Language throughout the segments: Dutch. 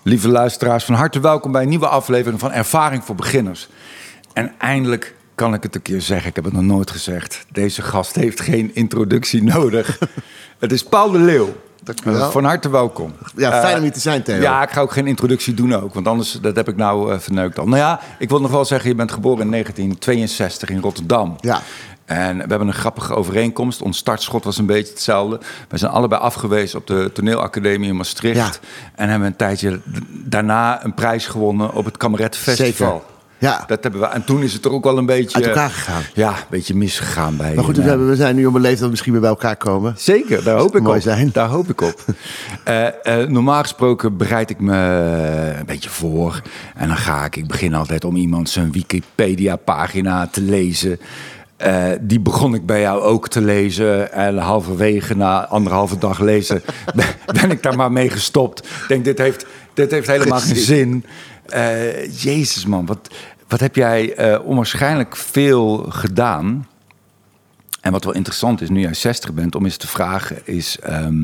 Lieve luisteraars, van harte welkom bij een nieuwe aflevering van Ervaring voor Beginners. En eindelijk kan ik het een keer zeggen, ik heb het nog nooit gezegd. Deze gast heeft geen introductie nodig. Het is Paul de Leeuw. Van harte welkom. Ja, fijn om hier te zijn, Theo. Ja, ik ga ook geen introductie doen ook, want anders dat heb ik nou verneukt al. Nou ja, ik wil nog wel zeggen, je bent geboren in 1962 in Rotterdam. Ja. En we hebben een grappige overeenkomst. Ons startschot was een beetje hetzelfde. We zijn allebei afgewezen op de toneelacademie in Maastricht. Ja. En hebben een tijdje daarna een prijs gewonnen op het Cabaret Festival. Zeker. Ja. Dat hebben we. En toen is het er ook wel een beetje Uit elkaar gegaan. Ja, een beetje misgegaan bij. Maar goed, we zijn nu op een leeftijd dat we misschien weer bij elkaar komen. Zeker, daar hoop ik mooi op. Zijn. Daar hoop ik op. Normaal gesproken bereid ik me een beetje voor. En dan ik begin altijd om iemand zijn Wikipedia-pagina te lezen. Die begon ik bij jou ook te lezen. En halverwege, na 1,5 dag lezen, ben ik daar maar mee gestopt. Ik denk, dit heeft helemaal geen zin. Jezus man, wat heb jij onwaarschijnlijk veel gedaan. En wat wel interessant is, nu jij 60 bent, om eens te vragen is...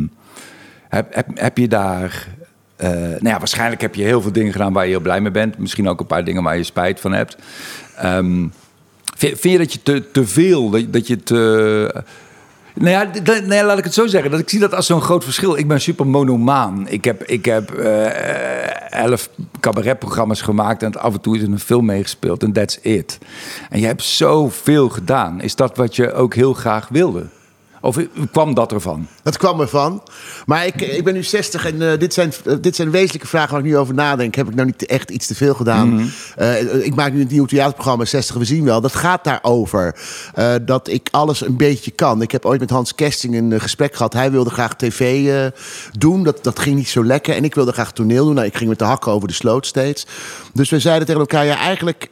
Heb je daar... nou ja, waarschijnlijk heb je heel veel dingen gedaan waar je heel blij mee bent. Misschien ook een paar dingen waar je spijt van hebt. Vind je dat je te veel, dat je te... Nou ja, laat ik het zo zeggen. Dat ik zie dat als zo'n groot verschil. Ik ben super monomaan. Ik heb 11 cabaretprogramma's gemaakt en af en toe is er een film meegespeeld en that's it. En je hebt zoveel gedaan. Is dat wat je ook heel graag wilde? Of kwam dat ervan? Dat kwam ervan. Maar ik ben nu 60 en dit zijn wezenlijke vragen waar ik nu over nadenk. Heb ik nou niet echt iets te veel gedaan? Mm-hmm. Ik maak nu een nieuw theaterprogramma, 60 we zien wel. Dat gaat daarover. Dat ik alles een beetje kan. Ik heb ooit met Hans Kesting een gesprek gehad. Hij wilde graag tv doen. Dat ging niet zo lekker. En ik wilde graag toneel doen. Nou, ik ging met de hakken over de sloot steeds. Dus we zeiden tegen elkaar, ja, eigenlijk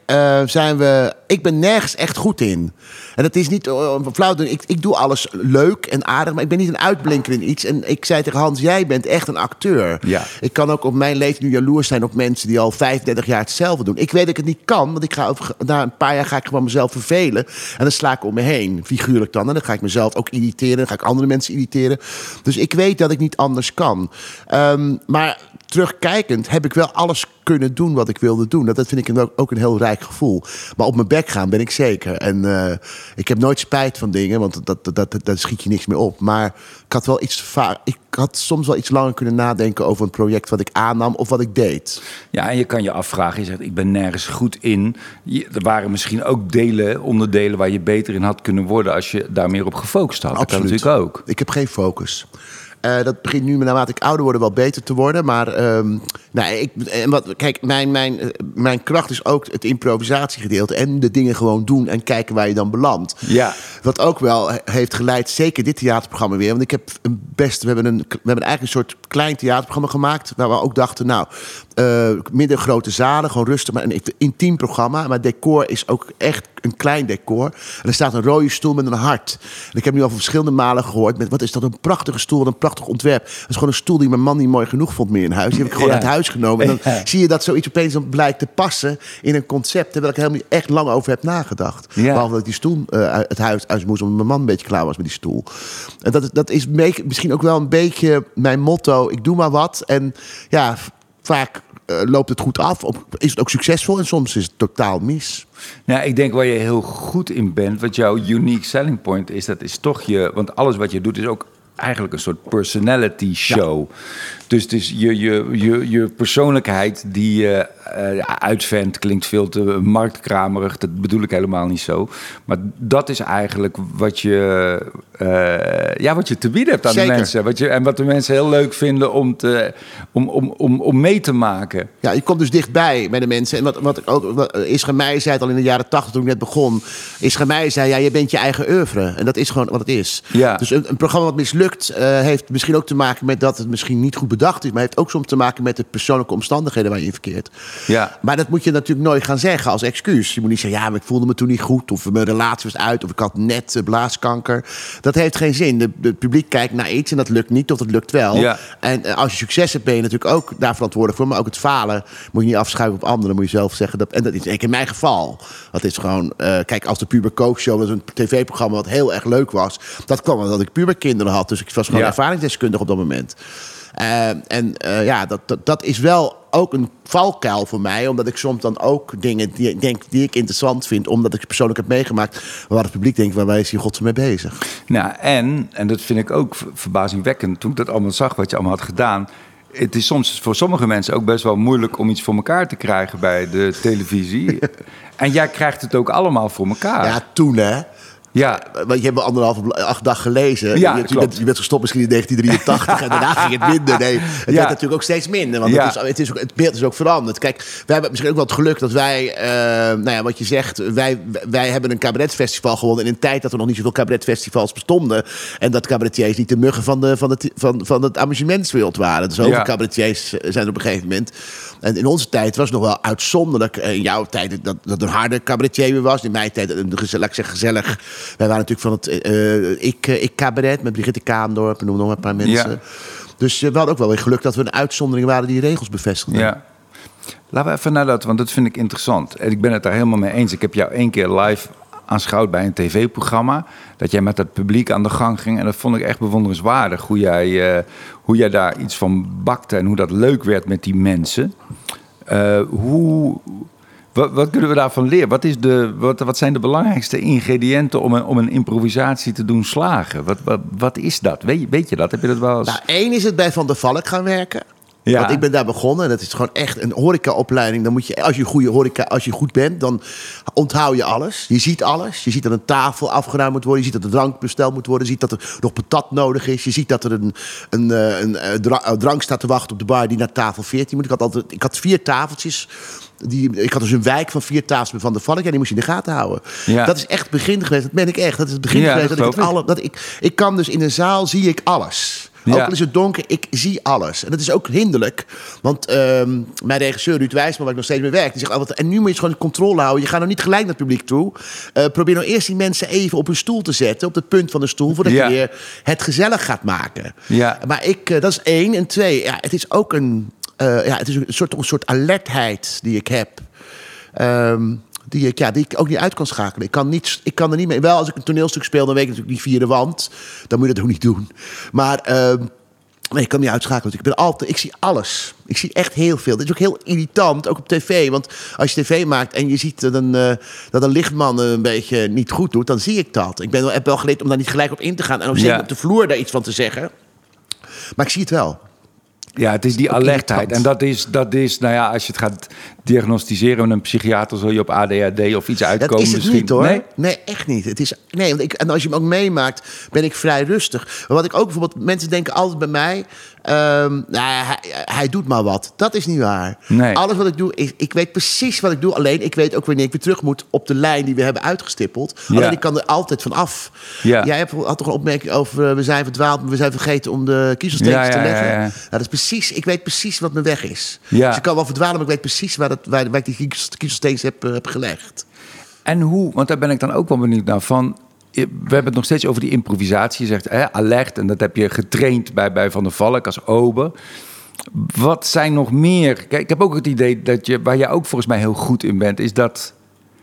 ik ben nergens echt goed in. En dat is niet flauw doen. Ik doe alles leuk en aardig, maar ik ben niet een uitblinker in iets. En ik zei tegen Hans, jij bent echt een acteur. Ja. Ik kan ook op mijn leeftijd nu jaloers zijn op mensen die al 35 jaar hetzelfde doen. Ik weet dat ik het niet kan, want na een paar jaar ga ik gewoon mezelf vervelen. En dan sla ik om me heen, figuurlijk dan. En dan ga ik mezelf ook irriteren, dan ga ik andere mensen irriteren. Dus ik weet dat ik niet anders kan. Maar terugkijkend heb ik wel alles kunnen doen wat ik wilde doen. Dat vind ik ook een heel rijk gevoel. Maar op mijn bek gaan ben ik zeker. En ik heb nooit spijt van dingen, want daar schiet je niks meer op. Maar ik had soms wel iets langer kunnen nadenken over een project wat ik aannam of wat ik deed. Ja, en je kan je afvragen, je zegt, ik ben nergens goed in. Er waren misschien ook onderdelen waar je beter in had kunnen worden als je daar meer op gefocust had. Absoluut. Dat kan natuurlijk ook. Ik heb geen focus. Dat begint nu, naarmate ik ouder word, wel beter te worden. Maar kijk, mijn kracht is ook het improvisatiegedeelte. En de dingen gewoon doen en kijken waar je dan belandt. Ja. Wat ook wel heeft geleid, zeker dit theaterprogramma weer. Want ik heb we hebben eigenlijk een soort klein theaterprogramma gemaakt. Waar we ook dachten, minder grote zalen, gewoon rustig. Maar een intiem programma. Maar het decor is ook echt een klein decor. En er staat een rode stoel met een hart. En ik heb nu al verschillende malen gehoord. Wat is dat een prachtige stoel, wat een prachtig ontwerp. Dat is gewoon een stoel die mijn man niet mooi genoeg vond meer in huis. Die heb ik gewoon uit huis genomen. En dan zie je dat zoiets opeens dan blijkt te passen in een concept. Terwijl ik er helemaal niet echt lang over heb nagedacht. Ja. Behalve dat ik die stoel het huis uit moest, omdat mijn man een beetje klaar was met die stoel. En dat is misschien ook wel een beetje mijn motto. Ik doe maar wat. En ja, vaak loopt het goed af. Is het ook succesvol en soms is het totaal mis. Ja, ik denk waar je heel goed in bent, wat jouw unique selling point is, dat is toch want alles wat je doet is ook eigenlijk een soort personality show. Ja. Dus het is je persoonlijkheid die je uitvendt, klinkt veel te marktkramerig. Dat bedoel ik helemaal niet zo. Maar dat is eigenlijk wat je te bieden hebt aan de mensen. En wat de mensen heel leuk vinden om mee te maken. Ja, je komt dus dichtbij bij de mensen. En wat Isra Meijer zei het al in de jaren 80 toen ik net begon. Isra Meijer zei, ja, je bent je eigen oeuvre. En dat is gewoon wat het is. Ja. Dus een programma wat mislukt heeft misschien ook te maken met dat het misschien niet goed bedacht is. Maar heeft ook soms te maken met de persoonlijke omstandigheden waar je in verkeert. Ja. Maar dat moet je natuurlijk nooit gaan zeggen als excuus. Je moet niet zeggen, ja, maar ik voelde me toen niet goed. Of mijn relatie was uit. Of ik had net blaaskanker. Dat heeft geen zin. Het publiek kijkt naar iets en dat lukt niet of dat lukt wel. Ja. En als je succes hebt ben je natuurlijk ook daar verantwoordelijk voor. Maar ook het falen moet je niet afschuiven op anderen. Moet je zelf zeggen. En dat is in mijn geval. Dat is gewoon, kijk, als de Puber Kookshow, dat is een tv-programma wat heel erg leuk was. Dat kwam omdat ik puberkinderen had. Dus ik was gewoon ervaringsdeskundig op dat moment. Dat is wel ook een valkuil voor mij. Omdat ik soms dan ook dingen die ik interessant vind, omdat ik het persoonlijk heb meegemaakt, waar het publiek denkt, waar is hier godsdienst mee bezig? Nou, en dat vind ik ook verbazingwekkend, toen ik dat allemaal zag, wat je allemaal had gedaan. Het is soms voor sommige mensen ook best wel moeilijk om iets voor elkaar te krijgen bij de televisie. En jij krijgt het ook allemaal voor elkaar. Ja, toen hè. Ja. Want je hebt 8 dag gelezen. Ja, je bent gestopt misschien in 1983 en daarna ging het minder. Nee, het werd natuurlijk ook steeds minder. Want het beeld is ook veranderd. Kijk, wij hebben misschien ook wel het geluk dat wij... wat je zegt, wij hebben een cabaretfestival gewonnen in een tijd dat er nog niet zoveel cabaretfestivals bestonden. En dat cabaretiers niet de muggen van het amusementswereld waren. Dus zoveel cabaretiers zijn er op een gegeven moment. En in onze tijd was het nog wel uitzonderlijk. In jouw tijd dat een harde cabaretier weer was. In mijn tijd, laat ik zeggen, gezellig. Wij waren natuurlijk van het Ik Cabaret met Brigitte Kaandorp. Noem nog een paar mensen. Ja. Dus we hadden ook wel weer geluk dat we een uitzondering waren die regels bevestigden. Ja. Laten we even naar dat, want dat vind ik interessant. En ik ben het daar helemaal mee eens. Ik heb jou 1 keer live aanschouwd bij een tv-programma. Dat jij met dat publiek aan de gang ging. En dat vond ik echt bewonderenswaardig. Hoe jij daar iets van bakte en hoe dat leuk werd met die mensen. Wat kunnen we daarvan leren? Wat zijn de belangrijkste ingrediënten om een improvisatie te doen slagen? Wat is dat? Weet je dat? Heb je dat wel eens... Nou, 1 is het bij Van der Valk gaan werken. Ja. Want ik ben daar begonnen en dat is gewoon echt een horecaopleiding. Dan moet je, als je goed bent, dan onthoud je alles. Je ziet alles. Je ziet dat een tafel afgeruimd moet worden. Je ziet dat de drank besteld moet worden. Je ziet dat er nog patat nodig is. Je ziet dat er een drank staat te wachten op de bar die naar tafel 14 moet. Ik had 4 tafeltjes. Ik had dus een wijk van 4 tafels met Van der Valk. En die moest je in de gaten houden. Ja. Dat is echt het begin geweest. Dat ben ik echt. Dat is het begin geweest. Ik kan dus in een zaal zie ik alles. Ja. Ook al is het donker, ik zie alles. En dat is ook hinderlijk. Want mijn regisseur Ruud Wijsman, waar ik nog steeds mee werk, die zegt altijd, en nu moet je gewoon de controle houden. Je gaat nog niet gelijk naar het publiek toe. Probeer nou eerst die mensen even op hun stoel te zetten, op het punt van de stoel, voordat je weer het gezellig gaat maken. Ja. Maar dat is 1. En 2, het is ook een soort alertheid die ik heb. Die ik ook niet uit kan schakelen. Ik kan er niet mee. Wel, als ik een toneelstuk speel, dan weet ik natuurlijk die 4e wand. Dan moet je dat ook niet doen. Maar nee, ik kan niet uitschakelen. Ik zie alles. Ik zie echt heel veel. Dit is ook heel irritant, ook op tv. Want als je tv maakt en je ziet dat een lichtman een beetje niet goed doet, dan zie ik dat. Ik heb wel geleerd om daar niet gelijk op in te gaan. En ook zeker op de vloer daar iets van te zeggen. Maar ik zie het wel. Ja, het is die alertheid. En dat is, nou ja, als je het gaat diagnosticeren met een psychiater, zul je op ADHD of iets uitkomen. Dat is het misschien niet, hoor. Nee, echt niet. En als je hem ook meemaakt, ben ik vrij rustig. Maar wat ik ook bijvoorbeeld, mensen denken altijd bij mij, hij doet maar wat. Dat is niet waar. Nee. Alles wat ik doe, ik weet precies wat ik doe. Alleen ik weet ook wanneer ik weer terug moet op de lijn die we hebben uitgestippeld. Ja. Alleen ik kan er altijd van af. Ja. Jij had toch een opmerking over, we zijn verdwaald, maar we zijn vergeten om de kiezelstekens te leggen. Ja. Nou, dat is precies, ik weet precies wat mijn weg is. Ja. Dus ik kan wel verdwalen, maar ik weet precies waar ik die kiezelstekens heb gelegd. En hoe, want daar ben ik dan ook wel benieuwd naar van. We hebben het nog steeds over die improvisatie. Je zegt alert, en dat heb je getraind bij Van der Valk als ober. Wat zijn nog meer... Kijk, ik heb ook het idee dat waar jij ook volgens mij heel goed in bent, is dat...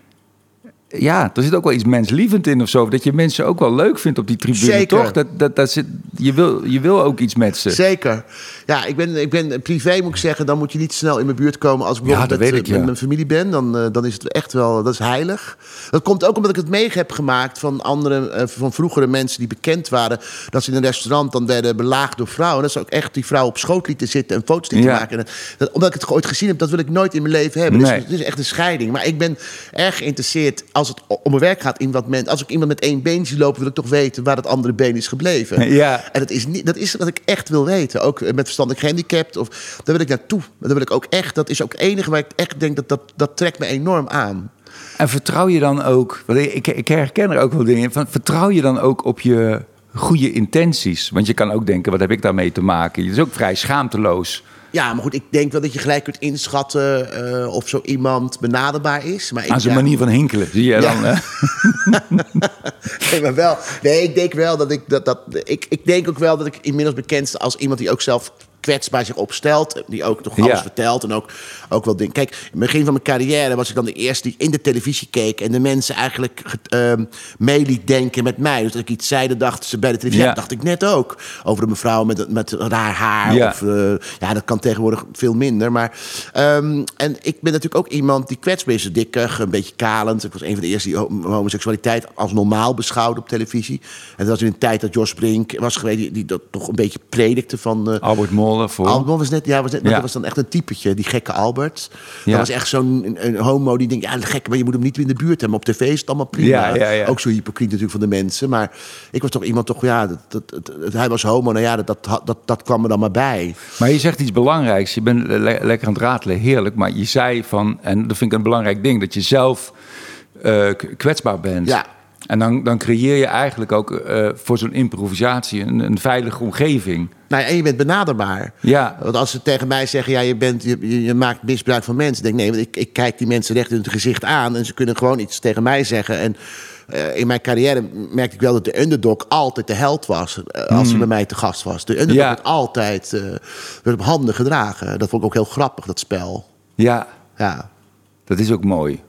Ja, er zit ook wel iets menslievend in of zo. Dat je mensen ook wel leuk vindt op die tribune, zeker. Toch? Dat zit, je wil ook iets met ze. Zeker. Ja, ik ben privé, moet ik zeggen, dan moet je niet snel in mijn buurt komen. Als ik bijvoorbeeld met mijn familie ben, dan is het echt wel, dat is heilig. Dat komt ook omdat ik het mee heb gemaakt van van vroegere mensen die bekend waren. Dat ze in een restaurant dan werden belaagd door vrouwen. Dat ze ook echt die vrouw op schoot lieten zitten en foto's lieten maken. Omdat ik het ooit gezien heb, dat wil ik nooit in mijn leven hebben. Nee. Dus het is echt een scheiding. Maar ik ben erg geïnteresseerd, als het om mijn werk gaat, als ik iemand met 1 been zie lopen, wil ik toch weten waar dat andere been is gebleven. Ja. En dat is wat ik echt wil weten. Ook met verstandelijk gehandicapt. Daar wil ik naartoe. Dat wil ik ook echt. Dat is ook het enige waar ik echt denk dat trekt me enorm aan. En vertrouw je dan ook, want ik herken er ook wel dingen van, vertrouw je dan ook op je goede intenties? Want je kan ook denken, wat heb ik daarmee te maken? Het is ook vrij schaamteloos. Ja, maar goed, ik denk wel dat je gelijk kunt inschatten of zo iemand benaderbaar is. Maar aan zijn manier van hinkelen, zie je dan. Nee, maar wel. Nee, ik denk wel dat ik denk ook wel dat ik inmiddels bekend sta als iemand die ook zelf kwetsbaar zich opstelt. Die ook toch alles vertelt. En ook wel dingen. Kijk, in het begin van mijn carrière was ik dan de eerste die in de televisie keek. En de mensen eigenlijk mee liet denken met mij. Dus als ik iets zei, dan dachten ze bij de televisie. Ja, dacht ik net ook. Over een mevrouw met raar haar. Ja. Of, dat kan tegenwoordig veel minder. Maar, en ik ben natuurlijk ook iemand die kwetsbaar is. Dikker, een beetje kalend. Ik was een van de eerste die homoseksualiteit als normaal beschouwde op televisie. En dat was in een tijd dat Jos Brink was geweest. Die dat toch een beetje predikte van... Albert Moller voor. Albert was net, dat was dan echt een typetje, die gekke Albert. Dat was echt zo'n een homo die denkt, gek, maar je moet hem niet in de buurt hebben. Op tv is het allemaal prima. Ja. Ook zo hypocriet natuurlijk van de mensen. Maar ik was toch iemand, hij was homo, dat kwam er dan maar bij. Maar je zegt iets belangrijks. Je bent lekker aan het ratelen, heerlijk. Maar je zei van, en dat vind ik een belangrijk ding, dat je zelf kwetsbaar bent. Ja. En dan creëer je eigenlijk ook voor zo'n improvisatie een veilige omgeving. Nou, en je bent benaderbaar. Ja. Want als ze tegen mij zeggen, je maakt misbruik van mensen. Dan denk ik, nee, want ik kijk die mensen recht in het gezicht aan. En ze kunnen gewoon iets tegen mij zeggen. En in mijn carrière merkte ik wel dat de underdog altijd de held was. Als ze bij mij te gast was. De underdog werd altijd werd op handen gedragen. Dat vond ik ook heel grappig, dat spel. Ja. Dat is ook mooi.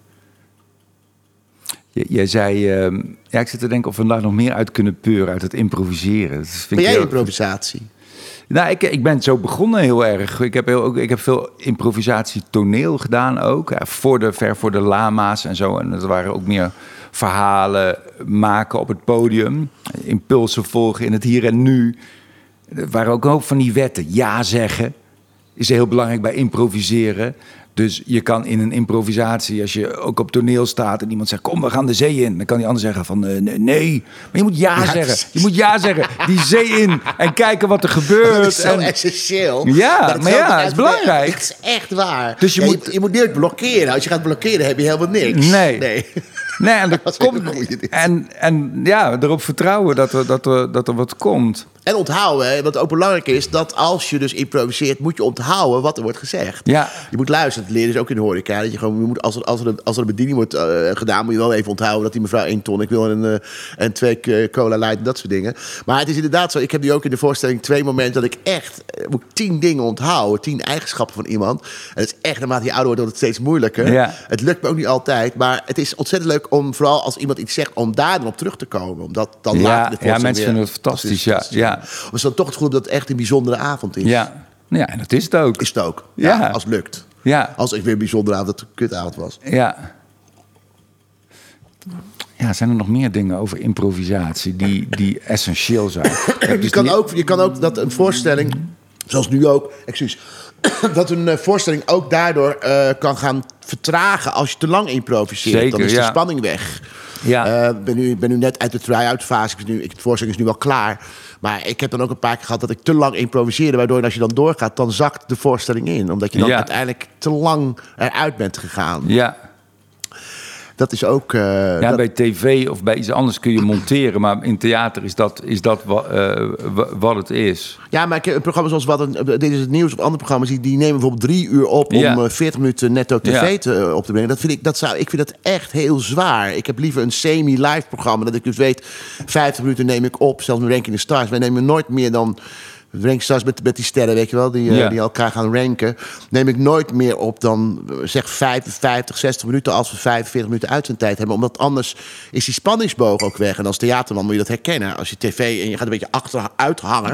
Jij zei, ik zit te denken of we daar nog meer uit kunnen peuren, uit het improviseren. Ben jij improvisatie? Nou, ik ben zo begonnen heel erg. Ik heb veel improvisatie toneel gedaan ook. Ja, ver voor de lama's en zo. En dat waren ook meer verhalen maken op het podium. Impulsen volgen in het hier en nu. Er waren ook een hoop van die wetten. Ja zeggen is heel belangrijk bij improviseren. Dus je kan in een improvisatie, als je ook op toneel staat en iemand zegt, kom, we gaan de zee in. Dan kan die ander zeggen van, nee. Maar je moet zeggen. Je moet ja zeggen, die zee in en kijken wat er gebeurt. Dat is zo essentieel. Ja, het is belangrijk. Het is echt waar. Dus je moet niet blokkeren. Als je gaat blokkeren, heb je helemaal niks. Nee, en dat komt. En erop vertrouwen dat er wat komt. En onthouden, wat ook belangrijk is, dat als je dus improviseert, moet je onthouden wat er wordt gezegd. Ja. Je moet luisteren. Het leren is ook in de horeca. Dat je gewoon, als er een bediening wordt gedaan, moet je wel even onthouden dat die mevrouw 1 ton, ik wil en 2 cola light en dat soort dingen. Maar het is inderdaad zo. Ik heb nu ook in de voorstelling 2 momenten dat ik echt moet 10 dingen onthouden, 10 eigenschappen van iemand. En het is echt, naarmate je ouder wordt, wordt het steeds moeilijker. Ja. Het lukt me ook niet altijd, maar het is ontzettend leuk om vooral als iemand iets zegt, om daar dan op terug te komen. Omdat dan later de voorstelling mensen vinden het fantastisch. Ja. Maar is dan toch het gevoel dat het echt een bijzondere avond is. Ja, en dat is het ook. Is het ook. Ja. Als het lukt. Ja. Als ik weer een bijzondere avond, dat het een kutavond was. Ja. Ja, zijn er nog meer dingen over improvisatie die essentieel zijn? Je kan ook dat een voorstelling, zoals nu ook, dat een voorstelling ook daardoor kan gaan vertragen als je te lang improviseert. Zeker, dan is de spanning weg. Ja. Ik ben nu net uit de try-out fase. De voorstelling is nu wel klaar. Maar ik heb dan ook een paar keer gehad dat ik te lang improviseerde. Waardoor als je dan doorgaat, dan zakt de voorstelling in. Omdat je dan uiteindelijk te lang eruit bent gegaan. Ja. Dat is ook... bij tv of bij iets anders kun je monteren. Maar in theater is dat wat het is. Ja, maar een programma zoals dit is het nieuws of andere programma's... die nemen bijvoorbeeld 3 uur op om 40 minuten netto tv op te brengen. Ik vind dat echt heel zwaar. Ik heb liever een semi-live programma. Dat ik dus weet, 50 minuten neem ik op. Zelfs met Ranking the Stars. Wij nemen nooit meer dan... Ranking Stars met die sterren, weet je wel, die elkaar gaan ranken. Neem ik nooit meer op dan zeg 55, 60 minuten als we 45 minuten uitzendtijd hebben. Omdat anders is die spanningsboog ook weg. En als theaterman moet je dat herkennen. Als je tv en je gaat een beetje achteruit hangen,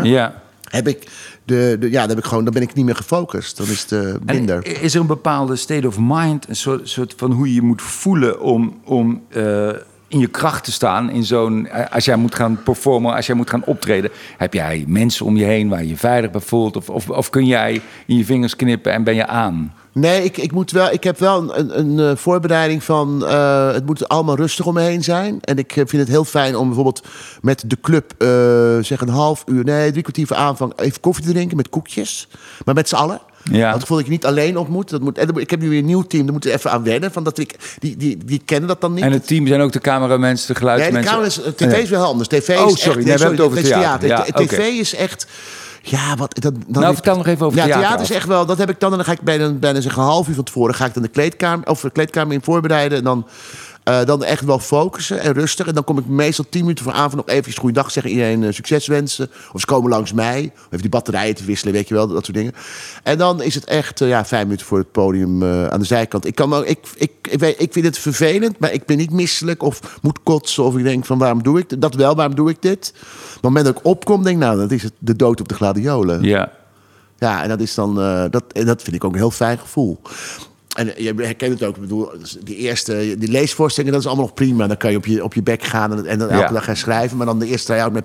dan ben ik niet meer gefocust. Dan is het minder. En is er een bepaalde state of mind, een soort van hoe je je moet voelen om in je kracht te staan in zo'n... Als jij moet gaan performen, als jij moet gaan optreden... heb jij mensen om je heen waar je je veilig bij voelt? Of kun jij in je vingers knippen en ben je aan? Nee, ik heb wel een voorbereiding van... het moet allemaal rustig om me heen zijn. En ik vind het heel fijn om bijvoorbeeld met de club... zeg een half uur, 3 kwartier voor aanvang... even koffie te drinken met koekjes. Maar met z'n allen. Ja. Want het gevoel dat je niet alleen op moet. Ik heb nu weer een nieuw team, daar moeten we even aan wennen. Van dat die kennen dat dan niet. En het team zijn ook de cameramensen, de geluidsmensen? Nee, tv is wel anders. TV is sorry, we hebben het over theater. TV is echt... Ja, vertel nog even over theater. Ja, theater is echt wel... Dat heb ik dan. En dan ga ik bijna zeggen een half uur van tevoren... ga ik dan de kleedkamer in voorbereiden. En dan Dan echt wel focussen en rustig. En dan kom ik meestal 10 minuten voor avond nog even goeiedag zeggen. Iedereen succes wensen. Of ze komen langs mij. Of even die batterijen te wisselen, weet je wel. Dat soort dingen. En dan is het echt 5 minuten voor het podium aan de zijkant. Ik vind het vervelend, maar ik ben niet misselijk of moet kotsen. Of ik denk van waarom doe ik dit? Dat wel, waarom doe ik dit? Op het moment dat ik opkom, denk ik nou, dat is het de dood op de gladiolen. Ja. Ja, en dat is dan dat vind ik ook een heel fijn gevoel. En je herkent het ook. Ik bedoel, die leesvoorstellingen, dat is allemaal nog prima. Dan kan je op je bek gaan en dan elke dag gaan schrijven. Maar dan de eerste try-out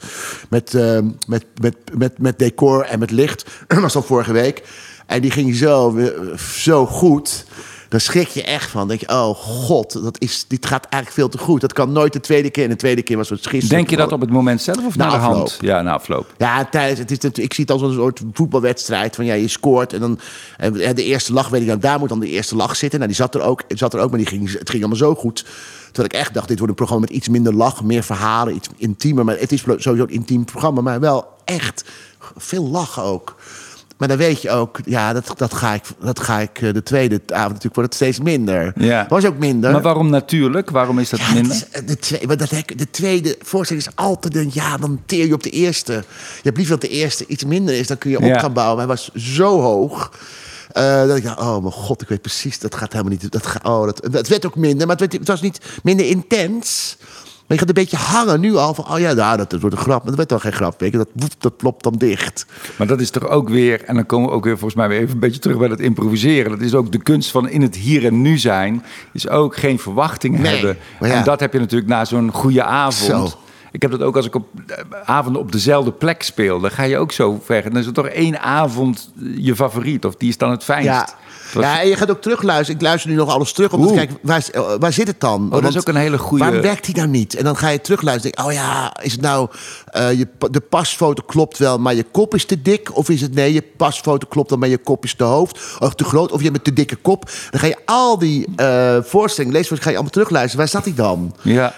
met decor en met licht. Dat was dan vorige week. En die ging zo goed. Dan schrik je echt van. Dan denk je, oh god, dit gaat eigenlijk veel te goed. Dat kan nooit de tweede keer. En de tweede keer was het gisteren. Denk je dat op het moment zelf of na de hand? Ja, na afloop. Ja, ik zie het als een soort voetbalwedstrijd. Van je scoort en dan de eerste lach, weet ik dan, daar moet dan de eerste lach zitten. Nou, die zat er ook, maar het ging allemaal zo goed. Terwijl ik echt dacht, dit wordt een programma met iets minder lach, meer verhalen, iets intiemer. Maar het is sowieso een intiem programma, maar wel echt veel lachen ook. Maar dan weet je ook, ja, dat ga ik de tweede avond natuurlijk wordt het steeds minder. Ja. Was ook minder. Maar waarom natuurlijk? Waarom is dat minder? De tweede voorstelling is altijd dan teer je op de eerste. Je hebt liever dat de eerste iets minder is, dan kun je op gaan bouwen. Maar hij was zo hoog. Dat ik dacht, oh mijn god, ik weet precies, dat gaat helemaal niet. Het werd ook minder, maar het was niet minder intens. Maar je gaat een beetje hangen nu al van, dat wordt een grap. Maar dat werd dan geen grap, weet je. Dat plopt dan dicht. Maar dat is toch ook weer, en dan komen we ook weer volgens mij weer even een beetje terug bij dat improviseren. Dat is ook de kunst van in het hier en nu zijn. Is ook geen verwachtingen hebben. En dat heb je natuurlijk na zo'n goede avond. Zo. Ik heb dat ook als ik op avonden op dezelfde plek speel. Dan ga je ook zo ver. En dan is er toch één avond je favoriet. Of die is dan het fijnst. Ja, en je gaat ook terugluisteren. Ik luister nu nog alles terug om te kijken, waar zit het dan? Dat is ook een hele goede. Waarom werkt hij nou niet? En dan ga je terugluisteren. Is het nou, de pasfoto klopt wel, maar je kop is te dik? Of is het nee, je pasfoto klopt wel, maar je kop is te groot? Of je hebt een te dikke kop? Dan ga je al die voorstellingen, ga je allemaal terugluisteren. Waar zat hij dan? Ja.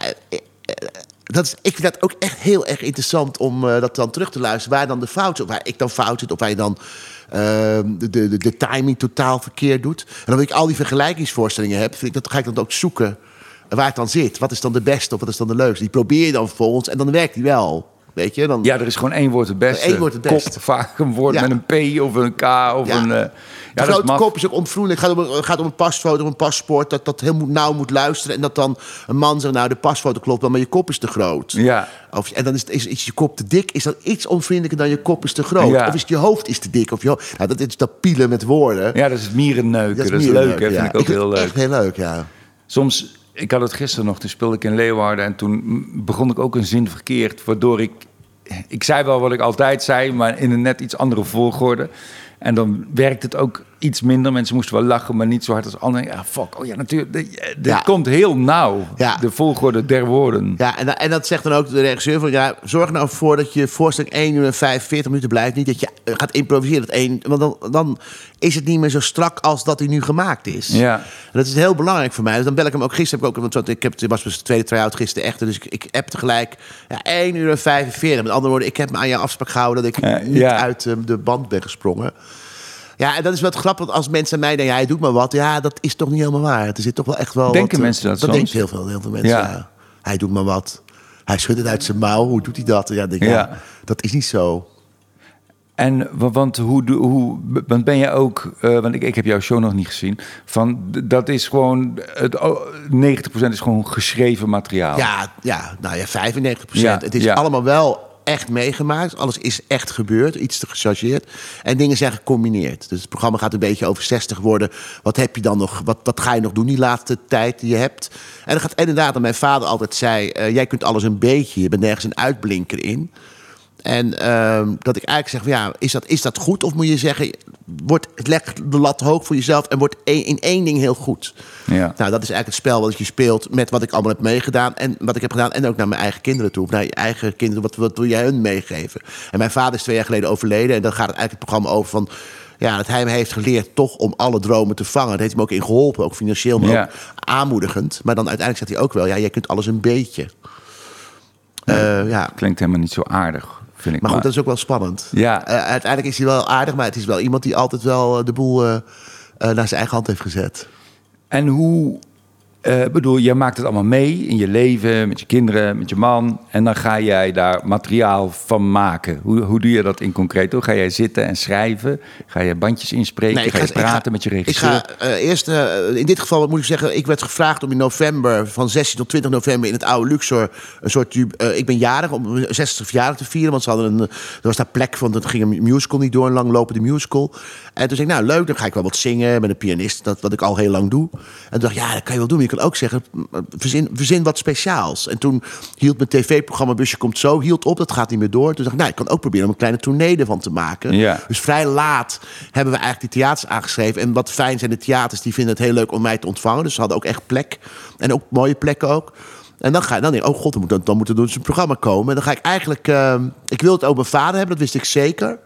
Ik vind dat ook echt heel erg interessant om dat dan terug te luisteren. Waar dan de fout zit, waar ik dan fout zit, of waar je dan de timing totaal verkeerd doet. En dan ik al die vergelijkingsvoorstellingen heb, ga ik dan ook zoeken waar het dan zit. Wat is dan de beste of wat is dan de leukste? Die probeer je dan vervolgens en dan werkt die wel. Weet je, dan... Ja, er is gewoon één woord het beste. Eén woord het beste. Kop, vaak een woord met een P of een K of een... de grote kop is ook ontvloeiend. Het gaat om een pasfoto of een paspoort dat heel nauw moet luisteren. En dat dan een man zegt, nou, de pasfoto klopt wel, maar je kop is te groot. Ja. En dan is je kop te dik. Is dat iets onvriendelijker dan je kop is te groot? Ja. Of is je hoofd is te dik? Dat is dat pielen met woorden. Ja, dat is het mierenneuken. Dat is leuk, hè? Vind ik ook heel leuk. Echt heel leuk, ja. Soms, ik had het gisteren nog, toen speelde ik in Leeuwarden. En toen begon ik ook een zin verkeerd, waardoor ik zei wel wat ik altijd zei, maar in een net iets andere volgorde. En dan werkt het ook iets minder. Mensen moesten wel lachen, maar niet zo hard als anderen. Ja, fuck. Oh ja, natuurlijk. Dit komt heel nauw. Ja. De volgorde der woorden. Ja, en dat zegt dan ook de regisseur van... zorg nou voor dat je voorstelling 1 uur en 45 minuten blijft. Niet dat je gaat improviseren. Want dan is het niet meer zo strak als dat hij nu gemaakt is. Ja. En dat is heel belangrijk voor mij. Dus dan bel ik hem ook gisteren. Het was mijn tweede try-out gisteren echt. Dus ik heb tegelijk 1 uur en 45. Met andere woorden, ik heb me aan je afspraak gehouden... dat ik niet uit de band ben gesprongen. Ja, en dat is wel grappig als mensen aan mij denken... hij doet maar wat. Ja, dat is toch niet helemaal waar. Er zit toch wel echt wel... Denken mensen dat soms? Denken heel veel mensen, ja. Hij doet maar wat. Hij schudt het uit zijn mouw. Hoe doet hij dat? Dat is niet zo. En want want ben je ook... want ik heb jouw show nog niet gezien. Dat is gewoon... 90% is gewoon geschreven materiaal. Ja, 95%. Ja, het is allemaal wel... echt meegemaakt. Alles is echt gebeurd. Iets te gechargeerd. En dingen zijn gecombineerd. Dus het programma gaat een beetje over 60 worden. Wat heb je dan nog? Wat ga je nog doen die laatste tijd die je hebt? En dat gaat inderdaad, wat mijn vader altijd zei... jij kunt alles een beetje. Je bent nergens een uitblinker in. En dat ik eigenlijk zeg... is dat goed? Of moet je zeggen... leg de lat hoog voor jezelf... en wordt in één ding heel goed. Ja. Nou, dat is eigenlijk het spel wat je speelt... met wat ik allemaal heb meegedaan... en wat ik heb gedaan... en ook naar mijn eigen kinderen toe. Of naar je eigen kinderen... wat wil jij hun meegeven? En mijn vader is 2 jaar geleden overleden... en dan gaat het eigenlijk het programma over van... dat hij me heeft geleerd toch om alle dromen te vangen. Dat heeft hem ook in geholpen. Ook financieel, maar ook aanmoedigend. Maar dan uiteindelijk zegt hij ook wel... jij kunt alles een beetje. Klinkt helemaal niet zo aardig. Maar goed, dat is ook wel spannend. Ja. Uiteindelijk is hij wel aardig, maar het is wel iemand die altijd wel de boel naar zijn eigen hand heeft gezet. En hoe bedoel, jij maakt het allemaal mee in je leven, met je kinderen, met je man. En dan ga jij daar materiaal van maken. Hoe doe je dat in concreet? Hoe ga jij zitten en schrijven? Ga je bandjes inspreken? Ga je praten met je regisseur? Ik ga eerst, in dit geval moet ik zeggen, ik werd gevraagd om in november, van 16 tot 20 november in het oude Luxor, een soort, ik ben jarig, om mijn 60 verjaardag te vieren. Want ze hadden er was daar plek van, dat ging een musical niet door, een langlopende musical. En toen zei ik, nou leuk, dan ga ik wel wat zingen met een pianist, dat wat ik al heel lang doe. En toen dacht ik, ja, dat kan je wel doen. Maar je kan ook zeggen, verzin wat speciaals. En toen hield mijn tv-programma Busje Komt Zo hield op, dat gaat niet meer door. Toen dacht ik, nou, ik kan ook proberen om een kleine tournee ervan te maken. Ja. Dus vrij laat hebben we eigenlijk die theaters aangeschreven. En wat fijn zijn de theaters, die vinden het heel leuk om mij te ontvangen. Dus ze hadden ook echt plek. En ook mooie plekken ook. En dan ga je denk ik, oh god, dan moet er dus een programma komen. En dan ga ik eigenlijk, ik wil het ook mijn vader hebben, dat wist ik zeker.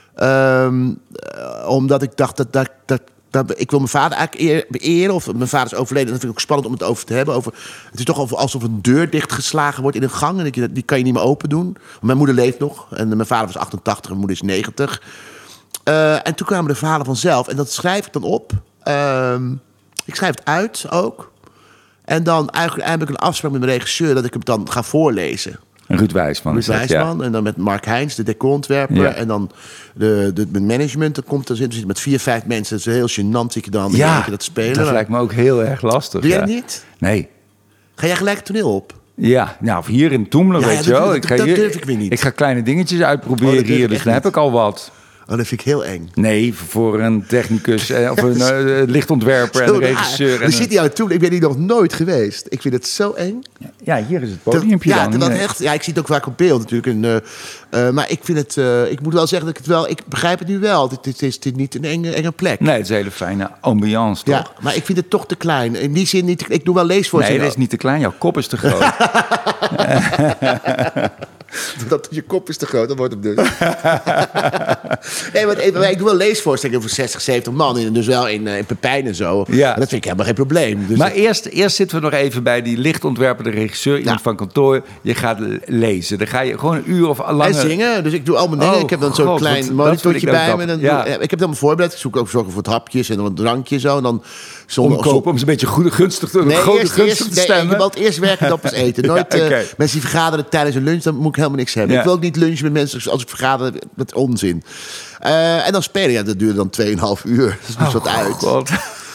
Omdat ik dacht dat ik wil mijn vader eigenlijk beëren. Of mijn vader is overleden. Dat vind ik ook spannend om het over te hebben. Het is toch alsof een deur dichtgeslagen wordt in een gang. En die kan je niet meer open doen. Mijn moeder leeft nog. En mijn vader was 88 en mijn moeder is 90. En toen kwamen de verhalen vanzelf. En dat schrijf ik dan op. Ik schrijf het uit ook. En dan eigenlijk heb ik een afspraak met mijn regisseur dat ik hem dan ga voorlezen. Ruud Wijsman. Ruud Wijsman. Ja. En dan met Mark Heijns, de decorontwerper. Ja. En dan de management. Dat komt er zitten met 4, 5 mensen. Dat is heel gênant. Zit je dan dat spelen. Dat lijkt me ook heel erg lastig. Doe jij dat niet? Nee. Ga jij gelijk het toneel op? Ja, nou, of hier in Toemelen, weet je wel. Dat durf ik weer niet. Ik ga kleine dingetjes uitproberen hier, dus dan heb ik al wat. Oh, dat vind ik heel eng. Nee, voor een technicus of een lichtontwerper en een regisseur. Dan zit hij aan toe. Ik ben hier nog nooit geweest. Ik vind het zo eng. Ja, hier is het podiumpje dan. Dat echt, ja, ik zie het ook vaak op beeld natuurlijk. Maar ik vind het... ik moet wel zeggen dat ik het wel... Ik begrijp het nu wel. Het is niet een enge plek. Nee, het is een hele fijne ambiance, toch? Ja, maar ik vind het toch te klein. In die zin niet... Ik doe wel leesvoorstellingen. Nee, dat is niet te klein. Jouw kop is te groot. Je kop is te groot, dan wordt het dus. Nee, maar ik doe wel leesvoorstellingen voor 60, 70 man. Dus wel in Pepijn en zo. Ja. En dat vind ik helemaal geen probleem. Dus maar eerst zitten we nog even bij die lichtontwerper, de regisseur, iemand van kantoor. Je gaat lezen. Dan ga je gewoon een uur of langer... En zingen. Dus ik doe al mijn dingen. Ik heb dan zo'n klein monitortje bij me. Ik heb dan voorbereid. Ik zoek ook zorgen voor het hapjes en dan wat drankje zo. En dan omkopen om ze een beetje gunstig te stemmen. Ik wil het eerst werken dan pas eten. Nooit mensen die vergaderen tijdens een lunch, dan moet ik helemaal niks hebben. Ik wil ook niet lunchen met mensen als ik vergader met onzin. En dan spelen, dat duurde dan 2,5 uur. Dat is dus wat uit. God.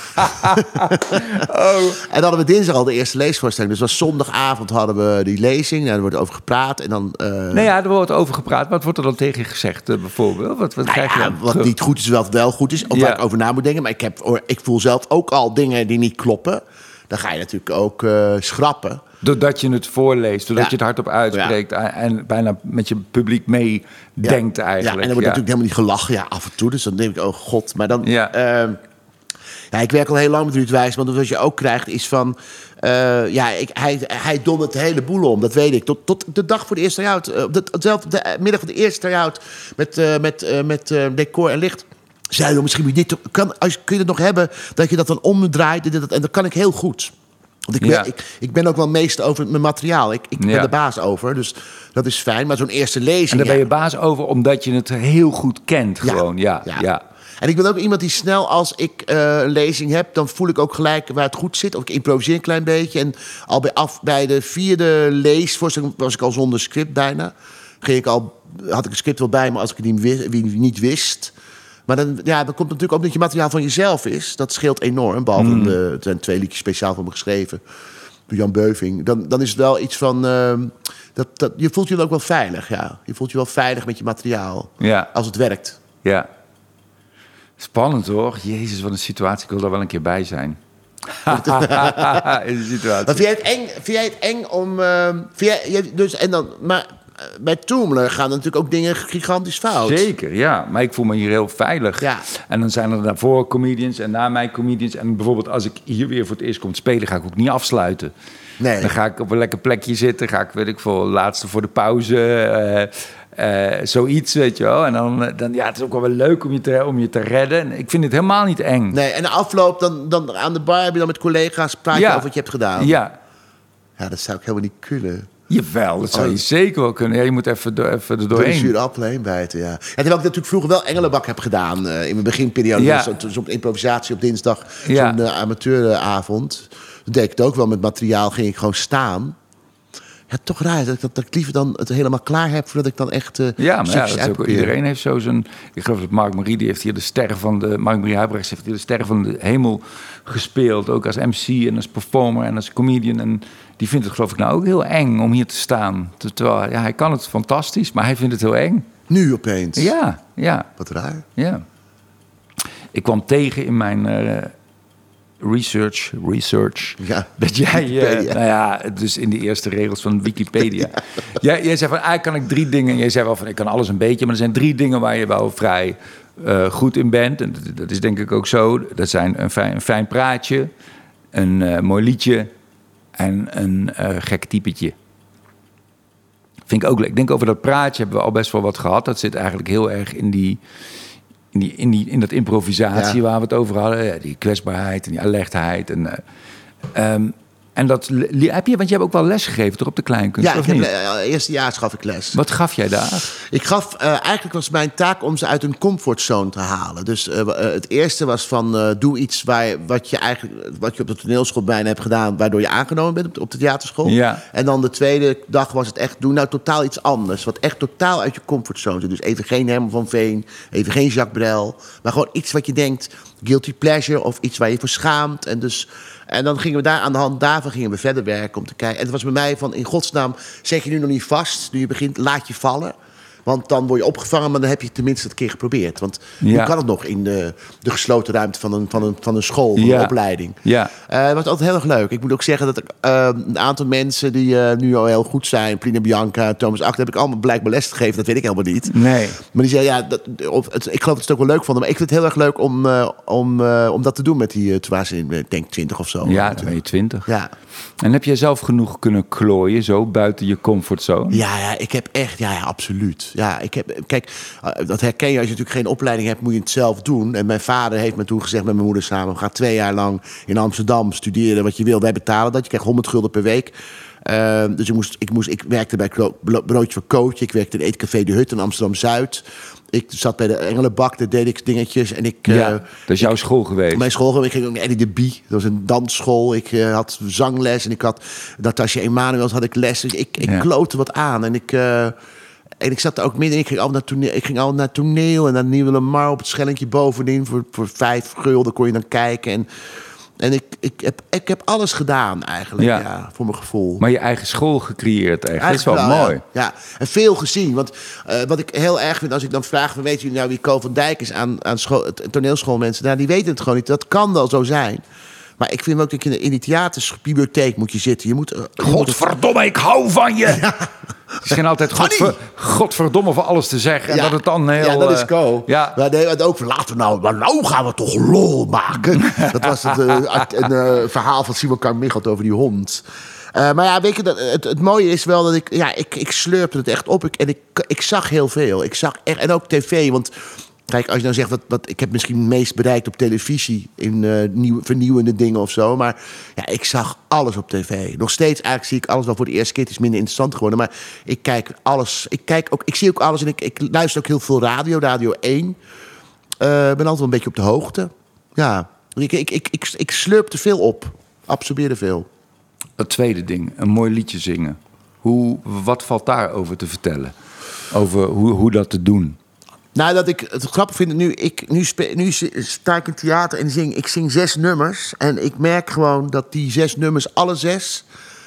En dan hadden we dinsdag al de eerste leesvoorstelling. Dus was zondagavond hadden we die lezing. Nou, er wordt over gepraat. En dan, er wordt over gepraat. Wat wordt er dan tegen je gezegd, bijvoorbeeld? Wat krijg je dan? Wat niet goed is, wel goed is. Of waar ik over na moet denken. Maar ik voel zelf ook al dingen die niet kloppen. Dan ga je natuurlijk ook schrappen. Doordat je het voorleest, doordat je het hardop uitspreekt... en bijna met je publiek meedenkt eigenlijk. Ja, en dan wordt natuurlijk helemaal niet gelachen. Ja, af en toe. Dus dan denk ik, oh god. Maar dan... ik werk al heel lang met Ruud Wijsman. Dus wat je ook krijgt is van... hij dondert de hele boel om, dat weet ik. Tot de dag voor de eerste try-out. De middag van de eerste try-out met decor en licht... zei je misschien moet je dit... kun je het nog hebben dat je dat dan omdraait? En dat kan ik heel goed. Want ik ben ook wel meester over mijn materiaal. Ik ben de baas over, dus dat is fijn. Maar zo'n eerste lezing... En daar ben je baas over omdat je het heel goed kent gewoon. Ja. En ik ben ook iemand die snel, als ik een lezing heb... dan voel ik ook gelijk waar het goed zit. Of ik improviseer een klein beetje. En al bij de 4e leesvoorstelling was ik al zonder script bijna. Had ik een script wel bij me als ik het niet wist... Maar dan komt natuurlijk ook dat je materiaal van jezelf is. Dat scheelt enorm. Behalve er zijn 2 liedjes speciaal voor me geschreven. Door Jan Beuving. Dan is het wel iets van... je voelt je ook wel veilig. Ja. Je voelt je wel veilig met je materiaal. Ja. Als het werkt. Ja. Spannend hoor. Jezus, wat een situatie. Ik wil daar wel een keer bij zijn. In de situatie. Maar vind jij het eng om... Maar bij Toemler gaan natuurlijk ook dingen gigantisch fout. Zeker, ja. Maar ik voel me hier heel veilig. Ja. En dan zijn er daarvoor comedians en na mij comedians. En bijvoorbeeld als ik hier weer voor het eerst kom te spelen... ga ik ook niet afsluiten. Nee. Dan ga ik op een lekker plekje zitten. Ga ik, laatste voor de pauze... zoiets, weet je wel. En dan het is ook wel leuk om je te redden. En ik vind het helemaal niet eng. Nee, en de afloop, dan aan de bar heb je dan met collega's... praat je over wat je hebt gedaan. Ja. Ja, dat zou ik helemaal niet kunnen... Jawel, dat zou je zeker wel kunnen. Ja, je moet even er doorheen. Een zure appel heen bijten, ja. Terwijl ik natuurlijk vroeger wel Engelenbak heb gedaan... in mijn beginperiode. Ja. Dus zo'n improvisatie op dinsdag. Ja. Zo'n amateuravond. Dat deed ik het ook wel. Met materiaal ging ik gewoon staan. Ja, toch raar dat ik liever dan het helemaal klaar heb voordat ik dan echt ja, maar ja, dat is ook, iedereen heeft zo zijn... Ik geloof dat Mark Marie, die heeft hier de sterren van de... Mark Marie Huibrechts heeft hier de sterren van de hemel gespeeld. Ook als MC en als performer en als comedian. En die vindt het geloof ik nou ook heel eng om hier te staan. Terwijl hij kan het fantastisch, maar hij vindt het heel eng. Nu opeens? Ja. Wat raar. Ja. Ik kwam tegen in mijn... Research. Ja. Dat jij, dus in de eerste regels van Wikipedia. Jij zei van, kan ik 3 dingen. Jij zei wel van, ik kan alles een beetje. Maar er zijn 3 dingen waar je wel vrij goed in bent. En dat is denk ik ook zo. Dat zijn een fijn praatje, een mooi liedje en een gek typetje. Vind ik ook leuk. Ik denk over dat praatje hebben we al best wel wat gehad. Dat zit eigenlijk heel erg in dat improvisatie waar we het over hadden. Ja, die kwetsbaarheid en die alertheid. En dat heb je, want je hebt ook wel les gegeven toch op de kleinkunst? Ja, eerstejaars gaf ik les. Wat gaf jij daar? Ik gaf, eigenlijk was mijn taak om ze uit hun comfortzone te halen. Dus het eerste was van doe iets wat je op de toneelschool bijna hebt gedaan, waardoor je aangenomen bent op de theaterschool. Ja. En dan de tweede dag was het echt, doe nou totaal iets anders. Wat echt totaal uit je comfortzone zit. Dus even geen Herman van Veen, even geen Jacques Brel. Maar gewoon iets wat je denkt, guilty pleasure of iets waar je voor schaamt. En dan gingen we daar aan de hand daarvan gingen we verder werken om te kijken. En het was bij mij van, in godsnaam, zeg je nu nog niet vast. Nu je begint, laat je vallen. Want dan word je opgevangen, maar dan heb je het tenminste het keer geprobeerd. Want hoe kan het nog in de gesloten ruimte van een school, van een opleiding? Ja. Het was altijd heel erg leuk. Ik moet ook zeggen dat een aantal mensen die nu al heel goed zijn... Plina Bianca, Thomas Acht, heb ik allemaal blijkbaar les gegeven. Dat weet ik helemaal niet. Nee. Maar die zei, ik geloof dat ze het ook wel leuk vonden. Maar ik vind het heel erg leuk om dat te doen met die... Toen waren ze, ik denk 20 of zo. Ja, toen ben je 20. Ja. En heb jij zelf genoeg kunnen klooien, zo buiten je comfortzone? Ja, ik heb echt, absoluut. Ja, kijk, dat herken je als je natuurlijk geen opleiding hebt, moet je het zelf doen. En mijn vader heeft me toen gezegd met mijn moeder samen, we gaan 2 jaar lang in Amsterdam studeren wat je wil. Wij betalen dat. Je krijgt 100 gulden per week. Dus ik werkte bij Broodje voor Kootje. Ik werkte in Eetcafé De Hut in Amsterdam-Zuid. Ik zat bij de Engelenbak, daar deed ik dingetjes. En dat is jouw school geweest? Mijn school geweest. Ik ging ook naar Eddie de Bie. Dat was een dansschool. Ik had zangles en ik had Natasja Emanuels had ik les. Dus ik klootte wat aan. En ik zat er ook midden. Ik ging al naar toneel en naar Nieuwe Lamar op het Schellentje bovenin. Voor 5 gulden kon je dan kijken. En ik heb alles gedaan eigenlijk, voor mijn gevoel. Maar je eigen school gecreëerd eigenlijk. Dat is wel mooi. Ja, en veel gezien. Want wat ik heel erg vind, als ik dan vraag... weet jullie nou wie Ko van Dijk is aan toneelschoolmensen? Nou, die weten het gewoon niet. Dat kan wel zo zijn. Maar ik vind ook dat je in die theaterbibliotheek moet je zitten. Je moet, Godverdomme, ik hou van je! Ja. Het is geen altijd godverdomme voor alles te zeggen. En dat het dan heel... Ja, dat is Ko. Maar ook laten we nou gaan we toch lol maken. Dat was een verhaal van Simon Carmichael over die hond. Maar ja, weet je, het mooie is wel dat ik slurpte het echt op. Ik zag heel veel. Ik zag echt, en ook tv, want... Kijk, als je nou zegt, ik heb misschien het meest bereikt op televisie... in vernieuwende dingen of zo. Maar ja, ik zag alles op tv. Nog steeds eigenlijk zie ik alles wel voor de eerste keer. Het is minder interessant geworden. Maar ik kijk alles. Ik zie ook alles en ik luister ook heel veel radio. Radio 1. Ik ben altijd wel een beetje op de hoogte. Ja, ik slurp te veel op. Absorbeer veel. Het tweede ding, een mooi liedje zingen. Wat valt daarover te vertellen? Over hoe dat te doen? Nou, dat ik het grappig vind, nu sta ik in theater en ik zing 6 nummers. En ik merk gewoon dat die 6 nummers, alle 6,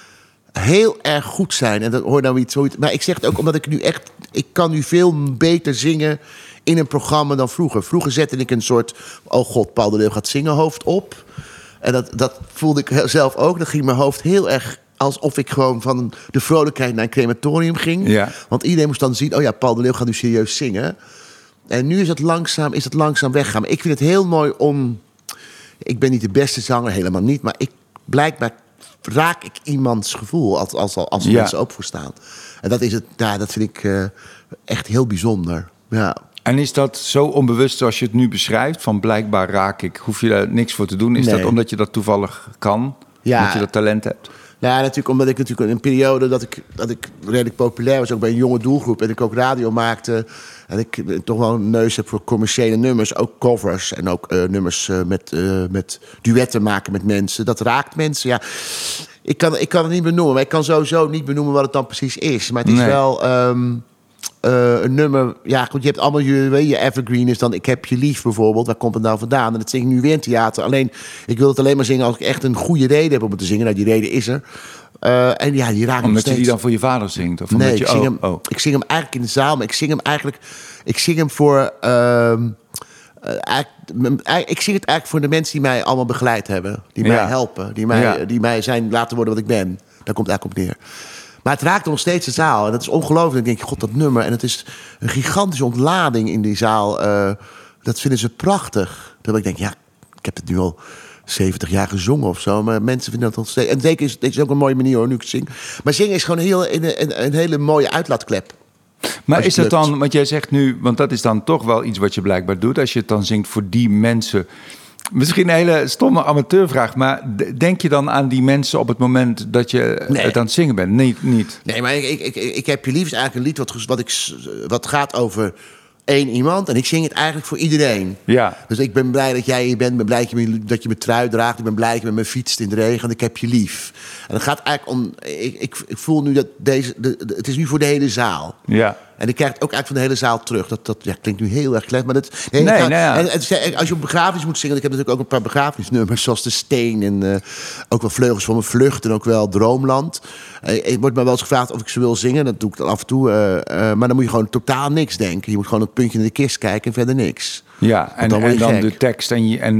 heel erg goed zijn. En dat hoort nou iets zoiets. Maar ik zeg het ook omdat ik kan nu veel beter zingen in een programma dan vroeger. Vroeger zette ik een soort, oh god, Paul de Leeuw gaat zingen hoofd op. En dat voelde ik zelf ook. Dan ging mijn hoofd heel erg alsof ik gewoon van de vrolijkheid naar een crematorium ging. Ja. Want iedereen moest dan zien, oh ja, Paul de Leeuw gaat nu serieus zingen. En nu is het langzaam weggaan. Maar ik vind het heel mooi om... Ik ben niet de beste zanger, helemaal niet. Maar blijkbaar raak ik iemands gevoel als mensen op voor staan. En dat is het. Ja, dat vind ik echt heel bijzonder. Ja. En is dat zo onbewust zoals je het nu beschrijft? Van blijkbaar hoef je daar niks voor te doen. Is dat omdat je dat toevallig kan? Ja. Omdat je dat talent hebt? Ja, natuurlijk omdat ik natuurlijk in een periode dat ik redelijk populair was, ook bij een jonge doelgroep, en ik ook radio maakte, en ik toch wel een neus heb voor commerciële nummers, ook covers en ook nummers met duetten maken met mensen. Dat raakt mensen, ja. Ik kan het niet benoemen, maar ik kan sowieso niet benoemen wat het dan precies is. Maar het is wel een nummer. Ja, goed, je hebt allemaal je evergreen is dan Ik heb je lief bijvoorbeeld. Waar komt het nou vandaan? En dat zing ik nu weer in theater. Alleen, ik wil het alleen maar zingen als ik echt een goede reden heb om het te zingen. Nou, die reden is er. En ja, die raakt me omdat steeds. je die dan voor je vader zingt? Of Nee, je, ik zing hem eigenlijk in de zaal, maar ik zing hem voor. Ik zing het eigenlijk voor de mensen die mij allemaal begeleid hebben. Die mij helpen. Die mij zijn laten worden wat ik ben. Daar komt het eigenlijk op neer. Maar het raakt nog steeds de zaal. En dat is ongelooflijk. Dan denk je, god, dat nummer. En het is een gigantische ontlading in die zaal. Dat vinden ze prachtig. Dat ik denk, ja, ik heb het nu al 70 jaar gezongen of zo. Maar mensen vinden dat nog steeds. En zeker dit is ook een mooie manier hoor, nu ik zing. Maar zingen is gewoon een hele mooie uitlaatklep. Maar is dat dan, want jij zegt nu, want dat is dan toch wel iets wat je blijkbaar doet, als je het dan zingt voor die mensen. Misschien een hele stomme amateurvraag, maar denk je dan aan die mensen op het moment dat je het aan het zingen bent? Niet. Nee, maar ik heb je liefst eigenlijk een lied wat gaat over één iemand. En ik zing het eigenlijk voor iedereen. Ja. Dus ik ben blij dat jij hier bent. Ik ben blij dat je mijn trui draagt. Ik ben blij dat je met me fietst in de regen. En ik heb je lief. En het gaat eigenlijk om. Ik voel nu dat het is nu voor de hele zaal. Ja. En ik krijg het ook eigenlijk van de hele zaal terug. Dat klinkt nu heel erg klef. Maar als je op begrafenis moet zingen. Ik heb natuurlijk ook een paar begrafenisnummers. Zoals De Steen. En ook wel Vleugels van mijn Vlucht. En ook wel Droomland. Het wordt me wel eens gevraagd of ik ze wil zingen. Dat doe ik dan af en toe. Maar dan moet je gewoon totaal niks denken. Je moet gewoon het puntje in de kist kijken en verder niks. Ja, en dan de tekst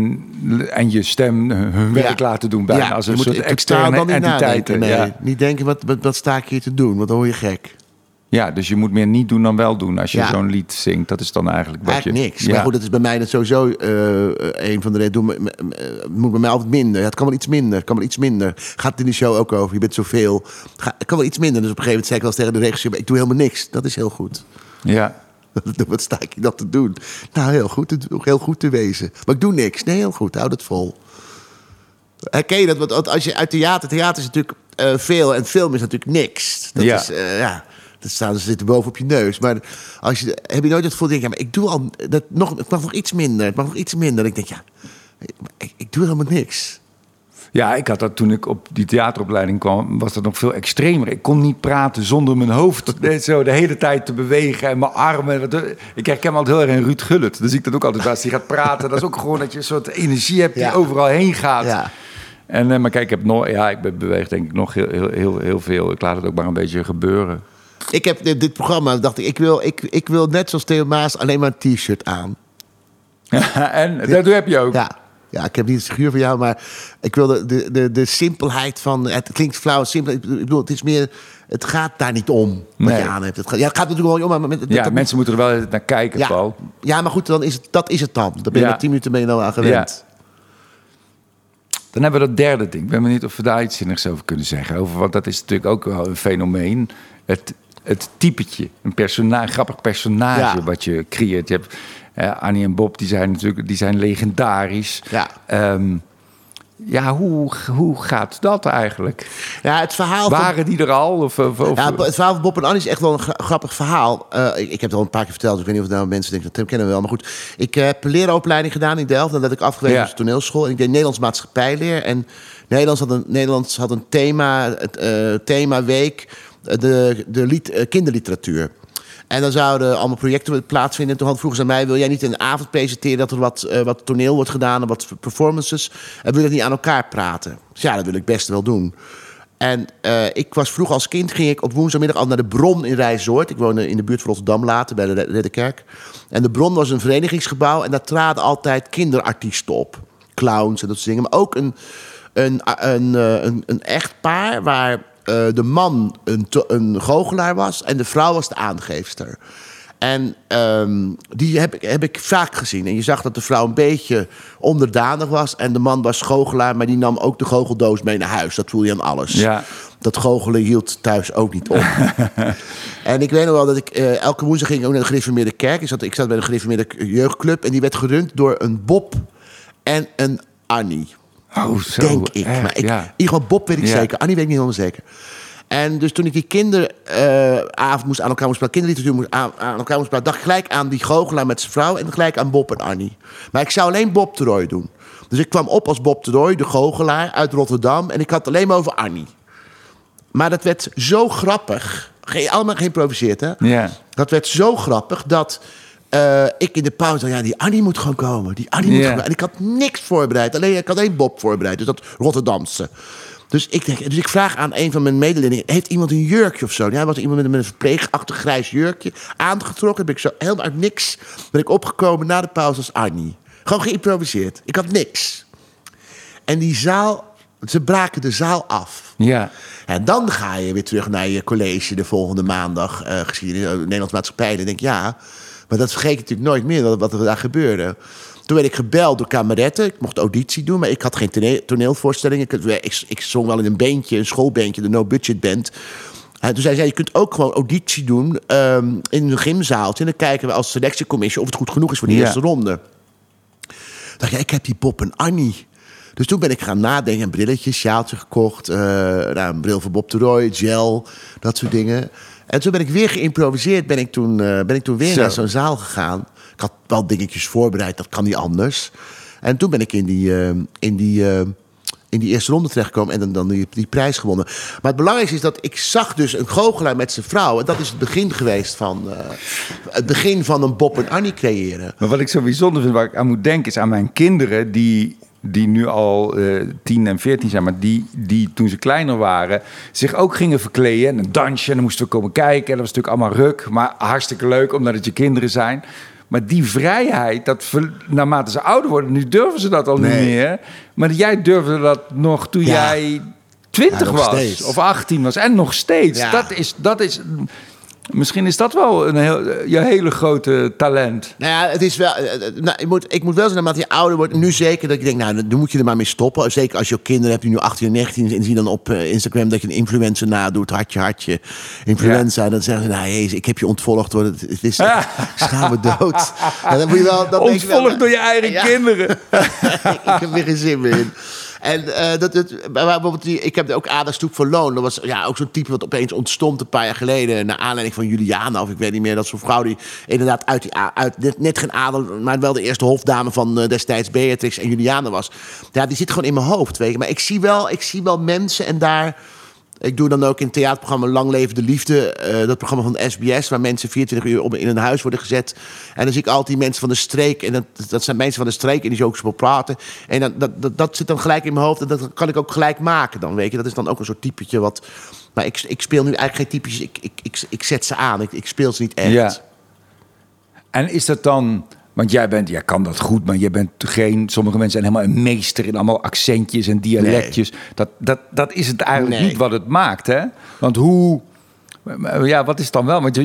en je stem hun werk laten doen bijna. Als een soort externe entiteiten. Nee, niet denken, wat sta ik hier te doen? Want dan word je gek. Ja, dus je moet meer niet doen dan wel doen als je zo'n lied zingt. Dat is dan eigenlijk wat eigenlijk niks. Ja. Maar goed, dat is bij mij dat sowieso een van de redenen. Moet bij mij altijd minder. Ja, het kan wel iets minder. Gaat het in de show ook over. Je bent zoveel. Het kan wel iets minder. Dus op een gegeven moment zei ik wel eens tegen de regisseur, ik doe helemaal niks. Dat is heel goed. Ja. Wat sta ik dat te doen? Nou, heel goed te wezen. Maar ik doe niks. Nee, heel goed. Houd het vol. Herken je dat? Want als je uit theater is natuurlijk veel en film is natuurlijk niks. Dat is, ze zitten boven op je neus. Maar heb je nooit het gevoel, denk ik, maar ik doe al dat nog. Het mag nog iets minder. Het mag nog iets minder. Ik denk, ik doe helemaal niks. Ja, ik had dat toen ik op die theateropleiding kwam, was dat nog veel extremer. Ik kon niet praten zonder mijn hoofd zo de hele tijd te bewegen en mijn armen. Ik herken me altijd heel erg in Ruud Gullit. Dus ik dat ook altijd als die gaat praten. Dat is ook gewoon dat je een soort energie hebt die overal heen gaat. Ja. Maar kijk, ik beweeg denk ik nog heel veel. Ik laat het ook maar een beetje gebeuren. Ik heb dit programma, dacht ik wil net zoals Theo Maas alleen maar een t-shirt aan. En dat heb je ook. Ja, ik heb niet het figuur van jou, maar ik wil de simpelheid van. Het klinkt flauw, simpel. Ik bedoel, het is meer. Het gaat daar niet om wat je aan hebt. Het gaat natuurlijk wel om. Maar mensen moeten er wel naar kijken, Paul. Ja, maar goed, dan is dat is het dan. Dan ben je met 10 minuten mee nou aan gewend. Ja. Dan hebben we dat derde ding. Ik ben benieuwd of we daar iets zinnigs over kunnen zeggen. Want dat is natuurlijk ook wel een fenomeen. Het typetje, een grappig personage wat je creëert. Je hebt Annie en Bob, die zijn legendarisch. Ja. Hoe gaat dat eigenlijk? Ja, het verhaal waren die er al? Ja, het verhaal van Bob en Annie is echt wel een grappig verhaal. Ik heb het al een paar keer verteld, dus ik weet niet of nou mensen denken dat kennen we wel. Maar goed, ik heb een leraaropleiding gedaan in Delft. Dan werd ik afgewezen op de toneelschool. En ik deed Nederlands maatschappijleer. En Nederlands had een themaweek, de kinderliteratuur. En dan zouden allemaal projecten plaatsvinden. En toen vroegen ze aan mij, wil jij niet een avond presenteren dat er wat toneel wordt gedaan en wat performances? En wil je dat niet aan elkaar praten? Dus ja, dat wil ik best wel doen. En ik was vroeger als kind, ging ik op woensdagmiddag al naar de Bron in Rijzoord. Ik woonde in de buurt van Rotterdam later, bij de Ridderkerk. En de Bron was een verenigingsgebouw en daar traden altijd kinderartiesten op. Clowns en dat soort dingen. Maar ook een echtpaar waar de man een goochelaar was en de vrouw was de aangeefster. En die heb ik vaak gezien. En je zag dat de vrouw een beetje onderdanig was en de man was goochelaar, maar die nam ook de goocheldoos mee naar huis. Dat voel je aan alles. Ja. Dat goochelen hield thuis ook niet op. En ik weet nog wel dat ik elke woensdag ging ook naar de gereformeerde kerk. Ik zat bij de gereformeerde jeugdclub en die werd gerund door een Bob en een Annie. Oh, zo. Denk ik. Echt, Maar in ja. ieder geval Bob weet ik zeker. Annie weet ik niet helemaal zeker. En dus toen ik die kinderavond moest aan elkaar moest praten, kinderliteratuur aan elkaar moest praten, dacht ik gelijk aan die goochelaar met zijn vrouw en gelijk aan Bob en Annie. Maar ik zou alleen Bob de Roy doen. Dus ik kwam op als Bob de Roy, de goochelaar uit Rotterdam, en ik had het alleen maar over Annie. Maar dat werd zo grappig. Allemaal geïmproviseerd, hè? Ja. Dat werd zo grappig dat ik in de pauze dacht, ja, die Annie moet gewoon komen. Die Annie moet gewoon. En ik had niks voorbereid. Ik had alleen Bob voorbereid, dus dat Rotterdamse. Dus ik vraag aan een van mijn medeleerlingen, heeft iemand een jurkje of zo? Ja, was iemand met een verpleegachtig grijs jurkje aangetrokken. Heb ik zo helemaal uit niks ben ik opgekomen na de pauze als Annie. Gewoon geïmproviseerd. Ik had niks. En die zaal, ze braken de zaal af. Ja. En dan ga je weer terug naar je college de volgende maandag, geschiedenis, Nederlands maatschappij. En dan denk ik, ja, maar dat vergeet ik natuurlijk nooit meer, wat er daar gebeurde. Toen werd ik gebeld door kameretten. Ik mocht auditie doen, maar ik had geen toneelvoorstelling. Ik zong wel in een bandje, een schoolbandje, de No Budget Band. Toen zei ze, je kunt ook gewoon auditie doen in een gymzaaltje. En dan kijken we als selectiecommissie of het goed genoeg is voor de eerste ronde. Dacht ik heb die Bob en Annie. Dus toen ben ik gaan nadenken, een brilletje, sjaaltje gekocht. Een bril voor Bob de Roy, gel, dat soort dingen. En toen ben ik weer geïmproviseerd. Ben ik toen weer naar zo'n zaal gegaan. Ik had wel dingetjes voorbereid, dat kan niet anders. En toen ben ik in die eerste ronde terechtgekomen en dan die prijs gewonnen. Maar het belangrijkste is dat ik zag dus een goochelaar met zijn vrouw. En dat is het begin geweest van een Bob en Annie creëren. Maar wat ik zo bijzonder vind, waar ik aan moet denken, is aan mijn kinderen die nu al 10 en 14 zijn, maar die toen ze kleiner waren, zich ook gingen verkleden en een dansje. En dan moesten we komen kijken. En dat was natuurlijk allemaal ruk, maar hartstikke leuk, omdat het je kinderen zijn. Maar die vrijheid, naarmate ze ouder worden, nu durven ze dat al niet meer. Maar jij durfde dat nog toen jij 20 was steeds. of 18 was. En nog steeds. Ja. Dat is misschien is dat wel je hele grote talent. Nou ja, het is wel. Ik moet wel zeggen, naarmate je ouder wordt, nu zeker dat ik denk, nou, dan moet je er maar mee stoppen. Zeker als je ook kinderen hebt die nu 18 en 19 en zie dan op Instagram dat je een influencer nadoet, hartje, influenza. Ja. Dan zeggen ze, nou, jezus, ik heb je ontvolgd, hoor. Het is schaam me dood. En dan moet je wel. Ontvolgd door je eigen kinderen. Ik heb weer geen zin meer in. En bijvoorbeeld ik heb ook Ada Stoep voor Loon. Dat was ook zo'n type wat opeens ontstond een paar jaar geleden, naar aanleiding van Juliana, of ik weet niet meer, dat zo'n vrouw die inderdaad net geen adel, maar wel de eerste hofdame van destijds Beatrix en Juliana was. Ja, die zit gewoon in mijn hoofd, weet je. Maar ik zie wel mensen en daar. Ik doe dan ook in het theaterprogramma Lang Leven de Liefde. Dat programma van de SBS, waar mensen 24 uur in een huis worden gezet. En dan zie ik altijd die mensen van de streek. En dat zijn mensen van de streek en die zo ook zo praten. En dat zit dan gelijk in mijn hoofd. En dat kan ik ook gelijk maken dan, weet je. Dat is dan ook een soort typetje wat. Maar ik speel nu eigenlijk geen typetjes. Ik zet ze aan. Ik speel ze niet echt. Ja. En is dat dan. Want jij kan dat goed, maar je bent sommige mensen zijn helemaal een meester in allemaal accentjes en dialectjes. Nee. Dat is het eigenlijk niet wat het maakt, hè? Want wat is het dan wel? Want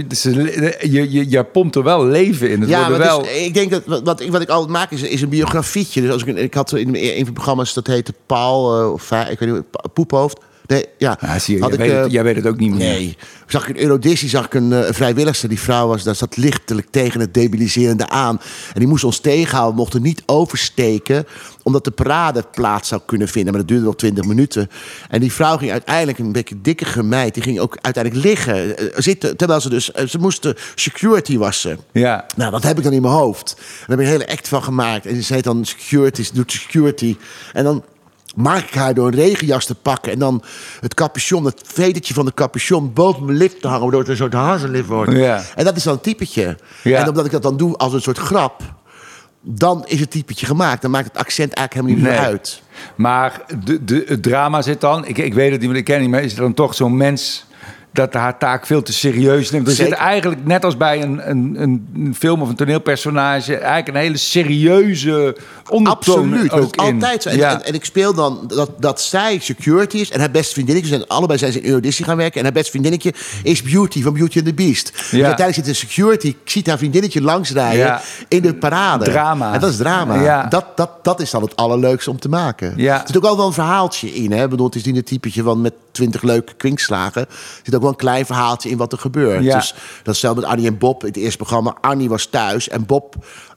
je pompt er wel leven in. Ik denk dat wat ik altijd maak is een biografietje. Dus als ik had in een van de programma's, dat heette Paul, ik weet niet, Poephoofd. Nee, jij weet het ook niet meer. Nee. Zag ik in Eurydice, zag ik een vrijwilligster, die vrouw was, daar zat lichtelijk tegen het debiliserende aan. En die moest ons tegenhouden, mochten niet oversteken, omdat de parade plaats zou kunnen vinden. Maar dat duurde nog 20 minuten. En die vrouw ging uiteindelijk, een beetje dikke meid, die ging ook uiteindelijk zitten, terwijl ze moesten security wassen. Ja. Nou, dat heb ik dan in mijn hoofd. Daar heb ik een hele act van gemaakt. En ze heet dan security, ze doet security. En dan maak ik haar door een regenjas te pakken en dan het capuchon, het vedertje van de capuchon boven mijn lip te hangen, waardoor het een soort hazenlip wordt. Ja. En dat is dan een typetje. Ja. En omdat ik dat dan doe als een soort grap, dan is het typetje gemaakt. Dan maakt het accent eigenlijk helemaal niet meer uit. Maar het drama zit dan, ik weet het niet, ik ken niet, maar is het dan toch zo'n mens dat haar taak veel te serieus neemt? Er zit eigenlijk, net als bij een film of een toneelpersonage, eigenlijk een hele serieuze ondertoon. Absoluut, ook dat is altijd zo. En ik speel dan dat zij security is en haar beste vriendinnetje, allebei zijn ze in Eurydice gaan werken, en haar beste vriendinnetje is Beauty van Beauty and the Beast. Ja. Dus uiteindelijk zit de security, ziet haar vriendinnetje langsrijden in de parade. Drama. En dat is drama. Ja. Dat is dan het allerleukste om te maken. Ja. Er zit ook wel een verhaaltje in. Hè? Ik bedoel, het is niet een typetje van met 20 leuke kwinkslagen. Er zit ook wel een klein verhaaltje in wat er gebeurt. Ja. Dus dat is zelfs met Annie en Bob in het eerste programma. Annie was thuis en Bob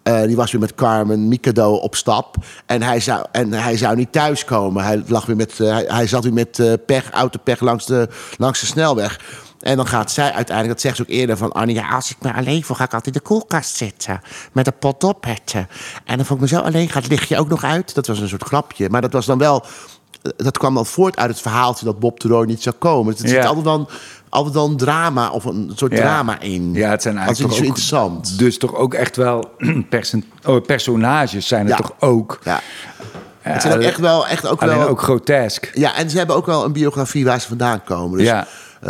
Die was weer met Carmen Mikado op stap. En hij zou niet thuiskomen. Hij zat weer met autopech langs de snelweg. En dan gaat zij uiteindelijk, dat zegt ze ook eerder, van Annie, ja, als ik me alleen voel, ga ik altijd in de koelkast zitten. Met een pot oppetten. En dan vond ik me zo alleen, gaat het lichtje ook nog uit? Dat was een soort grapje. Maar dat was dan wel, dat kwam dan voort uit het verhaaltje dat Bob de Roy niet zou komen. Dus er zit altijd dan een drama of een soort drama in. Ja, het zijn eigenlijk toch zo interessant. Dus toch ook echt wel personages zijn het toch ook. Ja. Het zijn ook ook grotesk. Ja, en ze hebben ook wel een biografie waar ze vandaan komen. Dus,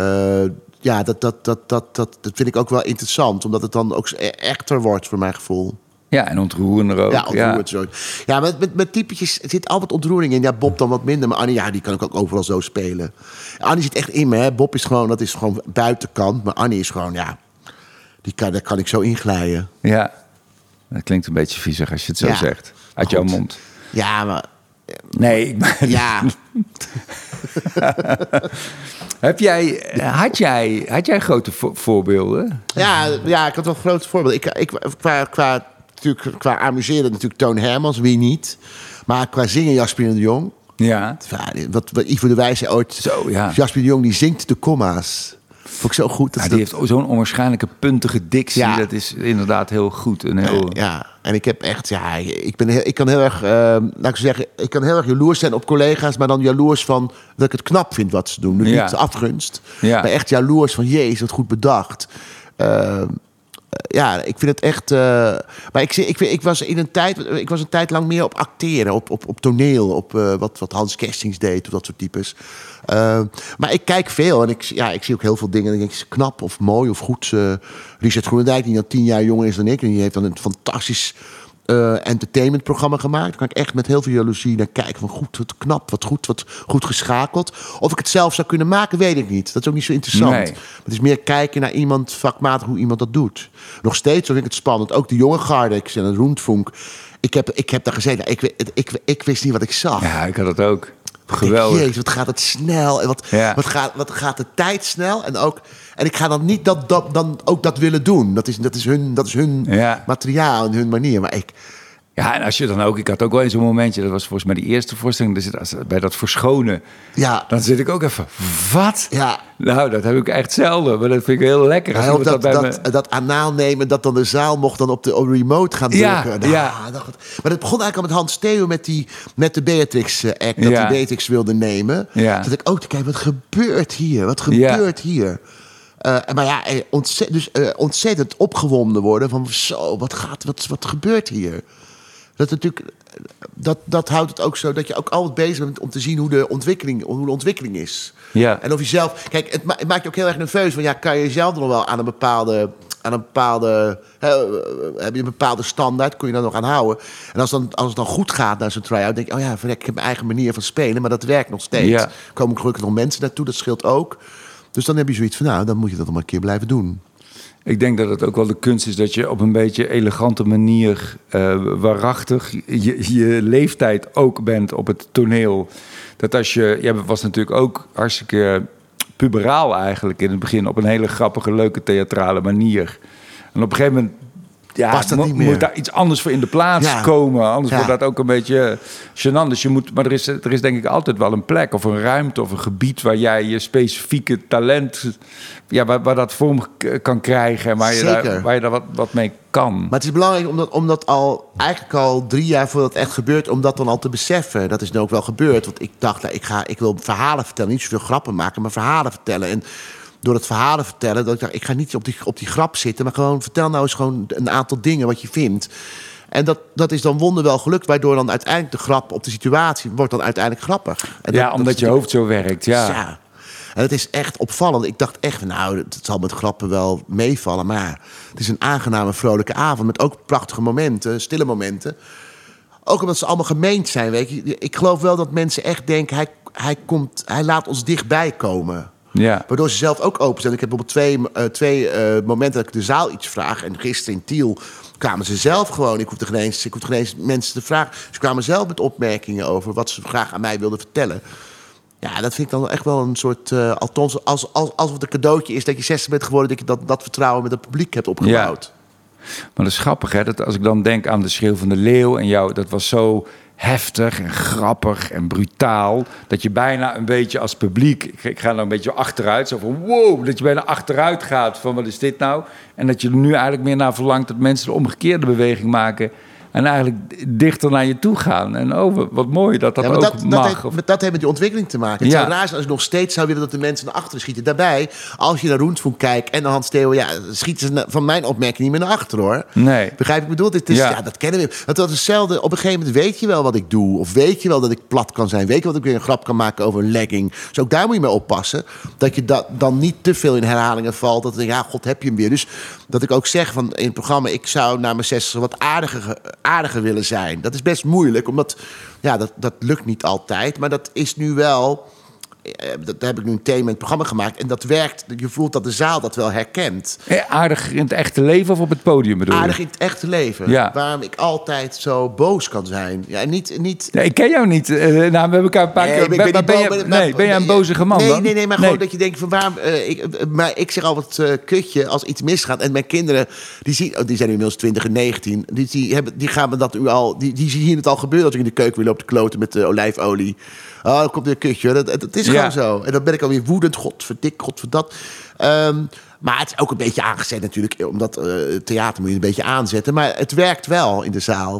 dat vind ik ook wel interessant. Omdat het dan ook echter wordt, voor mijn gevoel. Ja, en ontroerender ook. Ja, ontroerd zo. Ja, met typetjes zit altijd ontroering in. Ja, Bob dan wat minder. Maar Annie, ja, die kan ik ook overal zo spelen. Annie zit echt in me, hè. Bob is gewoon buitenkant. Maar Annie is gewoon, ja... Daar kan ik zo inglijden. Ja, dat klinkt een beetje viezig als je het zo zegt. Uit jouw mond. Ja, maar... Nee, Ja. Had jij grote voorbeelden? Ja, ik had wel grote voorbeelden. Qua amuseren natuurlijk Toon Hermans, wie niet. Maar qua zingen Jasper de Jong. Ja. Wat Ivo de Wijs zei ooit. Zo, ja. Jasper de Jong die zingt de komma's. Vond ik zo goed. Die heeft zo'n onwaarschijnlijke puntige dictie. Ja. Dat is inderdaad heel goed. En ik heb echt... Ja, ik kan heel erg... laat ik zeggen, ik kan heel erg jaloers zijn op collega's... maar dan jaloers van dat ik het knap vind wat ze doen. Dus niet afgunst. Ja. Maar echt jaloers van... Jezus, wat goed bedacht. Ik vind het echt... maar ik was een tijd lang meer op acteren. Op toneel. Op wat Hans Kerstings deed. Of dat soort types. Maar ik kijk veel. En ik zie ook heel veel dingen. En ik denk, knap of mooi of goed. Richard Groenendijk, die dan 10 jaar jonger is dan ik. En die heeft dan een fantastisch entertainmentprogramma gemaakt. Daar kan ik echt met heel veel jaloezie naar kijken. Van goed, wat knap, wat goed geschakeld. Of ik het zelf zou kunnen maken, weet ik niet. Dat is ook niet zo interessant. Nee. Het is meer kijken naar iemand vakmatig, hoe iemand dat doet. Nog steeds vind ik het spannend. Ook de jonge garde, ik zei het Roentfunk. Ik heb daar gezeten. Ik wist niet wat ik zag. Ja, ik had het ook. Geweldig. Jezus, wat gaat het snel. En wat gaat de tijd snel. En ik ga dan niet dan ook dat willen doen. Dat is hun materiaal en hun manier. Maar Ja, en als je dan ook... Ik had ook wel eens zo'n momentje... Dat was volgens mij die eerste voorstelling. Bij dat verschonen. Ja. Dan zit ik ook even... Wat? Ja. Nou, dat heb ik echt zelden. Maar dat vind ik heel lekker. Als dat anaal nemen... Dat dan de zaal mocht dan op de remote gaan drukken. Maar dat begon eigenlijk al met Hans Theo... Met de Beatrix-act. Dat die Beatrix wilde nemen. Ja. Dat ik ook te kijken... Wat gebeurt hier? Wat gebeurt hier? Maar ontzettend opgewonden worden. Van zo, wat gebeurt hier? Dat houdt het ook zo dat je ook altijd bezig bent om te zien hoe de ontwikkeling is. Ja. En of je zelf... Kijk, het maakt je ook heel erg nerveus. Want ja, kan je jezelf nog wel aan een bepaalde heb je een bepaalde standaard, kun je daar nog aan houden. En als het dan goed gaat naar zo'n try-out, denk je, oh ja, ik heb mijn eigen manier van spelen, maar dat werkt nog steeds. Ja. Er komen gelukkig nog mensen naartoe, dat scheelt ook. Dus dan heb je zoiets van, nou, dan moet je dat nog maar een keer blijven doen. Ik denk dat het ook wel de kunst is dat je op een beetje elegante manier waarachtig je leeftijd ook bent op het toneel. Dat als jij was natuurlijk ook hartstikke puberaal eigenlijk in het begin op een hele grappige, leuke theatrale manier. En op een gegeven moment moet daar iets anders voor in de plaats komen. Anders wordt dat ook een beetje gênant. Dus maar er is denk ik altijd wel een plek of een ruimte of een gebied waar jij je specifieke talent, waar dat vorm kan krijgen en waar je daar wat mee kan. Maar het is belangrijk omdat eigenlijk al 3 jaar voordat het echt gebeurt, om dat dan al te beseffen. Dat is nu ook wel gebeurd. Want ik dacht, ik wil verhalen vertellen, niet zoveel grappen maken, maar verhalen vertellen. En door het verhalen vertellen, dat ik dacht, ik ga niet op die grap zitten, maar gewoon vertel nou eens gewoon een aantal dingen wat je vindt. En dat is dan wonderwel gelukt, waardoor dan uiteindelijk de grap op de situatie wordt dan uiteindelijk grappig. En omdat je hoofd zo werkt, ja. En het is echt opvallend. Ik dacht echt, nou, het zal met grappen wel meevallen, maar het is een aangename, vrolijke avond met ook prachtige momenten, stille momenten. Ook omdat ze allemaal gemeend zijn, weet je. Ik geloof wel dat mensen echt denken, hij laat ons dichtbij komen. Ja. Waardoor ze zelf ook open zijn. Ik heb bijvoorbeeld twee momenten dat ik de zaal iets vraag. En gisteren in Tiel kwamen ze zelf gewoon. Ik hoefde geen eens mensen te vragen. Ze kwamen zelf met opmerkingen over wat ze graag aan mij wilden vertellen. Ja, dat vind ik dan echt wel een soort... alsof het een cadeautje is dat je 60 bent geworden, dat je dat vertrouwen met het publiek hebt opgebouwd. Maar dat is grappig, hè? Dat als ik dan denk aan de Schreeuw van de Leeuw en jou, dat was zo heftig en grappig en brutaal, dat je bijna een beetje als publiek, ik ga nou een beetje achteruit, zo van wow, dat je bijna achteruit gaat van wat is dit nou? En dat je er nu eigenlijk meer naar verlangt dat mensen de omgekeerde beweging maken en eigenlijk dichter naar je toe gaan. En wat mooi dat ook mag. Dat heeft met die ontwikkeling te maken. Het zou raar zijn als ik nog steeds zou willen dat de mensen naar achteren schieten. Daarbij, als je naar Roensvoet kijkt en naar Hans Theo, schieten ze van mijn opmerking niet meer naar achteren, hoor. Nee. Begrijp ik bedoel? Dat kennen we. Dat is hetzelfde. Op een gegeven moment weet je wel wat ik doe. Of weet je wel dat ik plat kan zijn. Weet je wel dat ik weer een grap kan maken over een legging. Dus ook daar moet je mee oppassen. Dat je dan niet te veel in herhalingen valt. Dat ik god, heb je hem weer. Dus dat ik ook zeg van in het programma, ik zou na mijn 60 wat aardiger willen zijn. Dat is best moeilijk, omdat dat lukt niet altijd. Maar dat is nu wel. Daar heb ik nu een thema in het programma gemaakt. En dat werkt. Je voelt dat de zaal dat wel herkent. Aardig in het echte leven of op het podium bedoel je? Aardig in het echte leven. Ja. Waarom ik altijd zo boos kan zijn. Ja, niet... Nee, ik ken jou niet. We hebben elkaar een paar keer... Ben jij een bozige man dan? Nee, maar gewoon dat je denkt van waarom... maar ik zeg altijd kutje als iets misgaat. En mijn kinderen, die zijn nu inmiddels 20 en 19. Die gaan me dat nu al... Die zien het al gebeuren als ik in de keuken weer loop te kloten met olijfolie. Oh, dan komt weer een kutje. Dat is gewoon zo. En dan ben ik alweer woedend. Godverdat. Maar het is ook een beetje aangezet natuurlijk. Omdat theater moet je een beetje aanzetten. Maar het werkt wel in de zaal.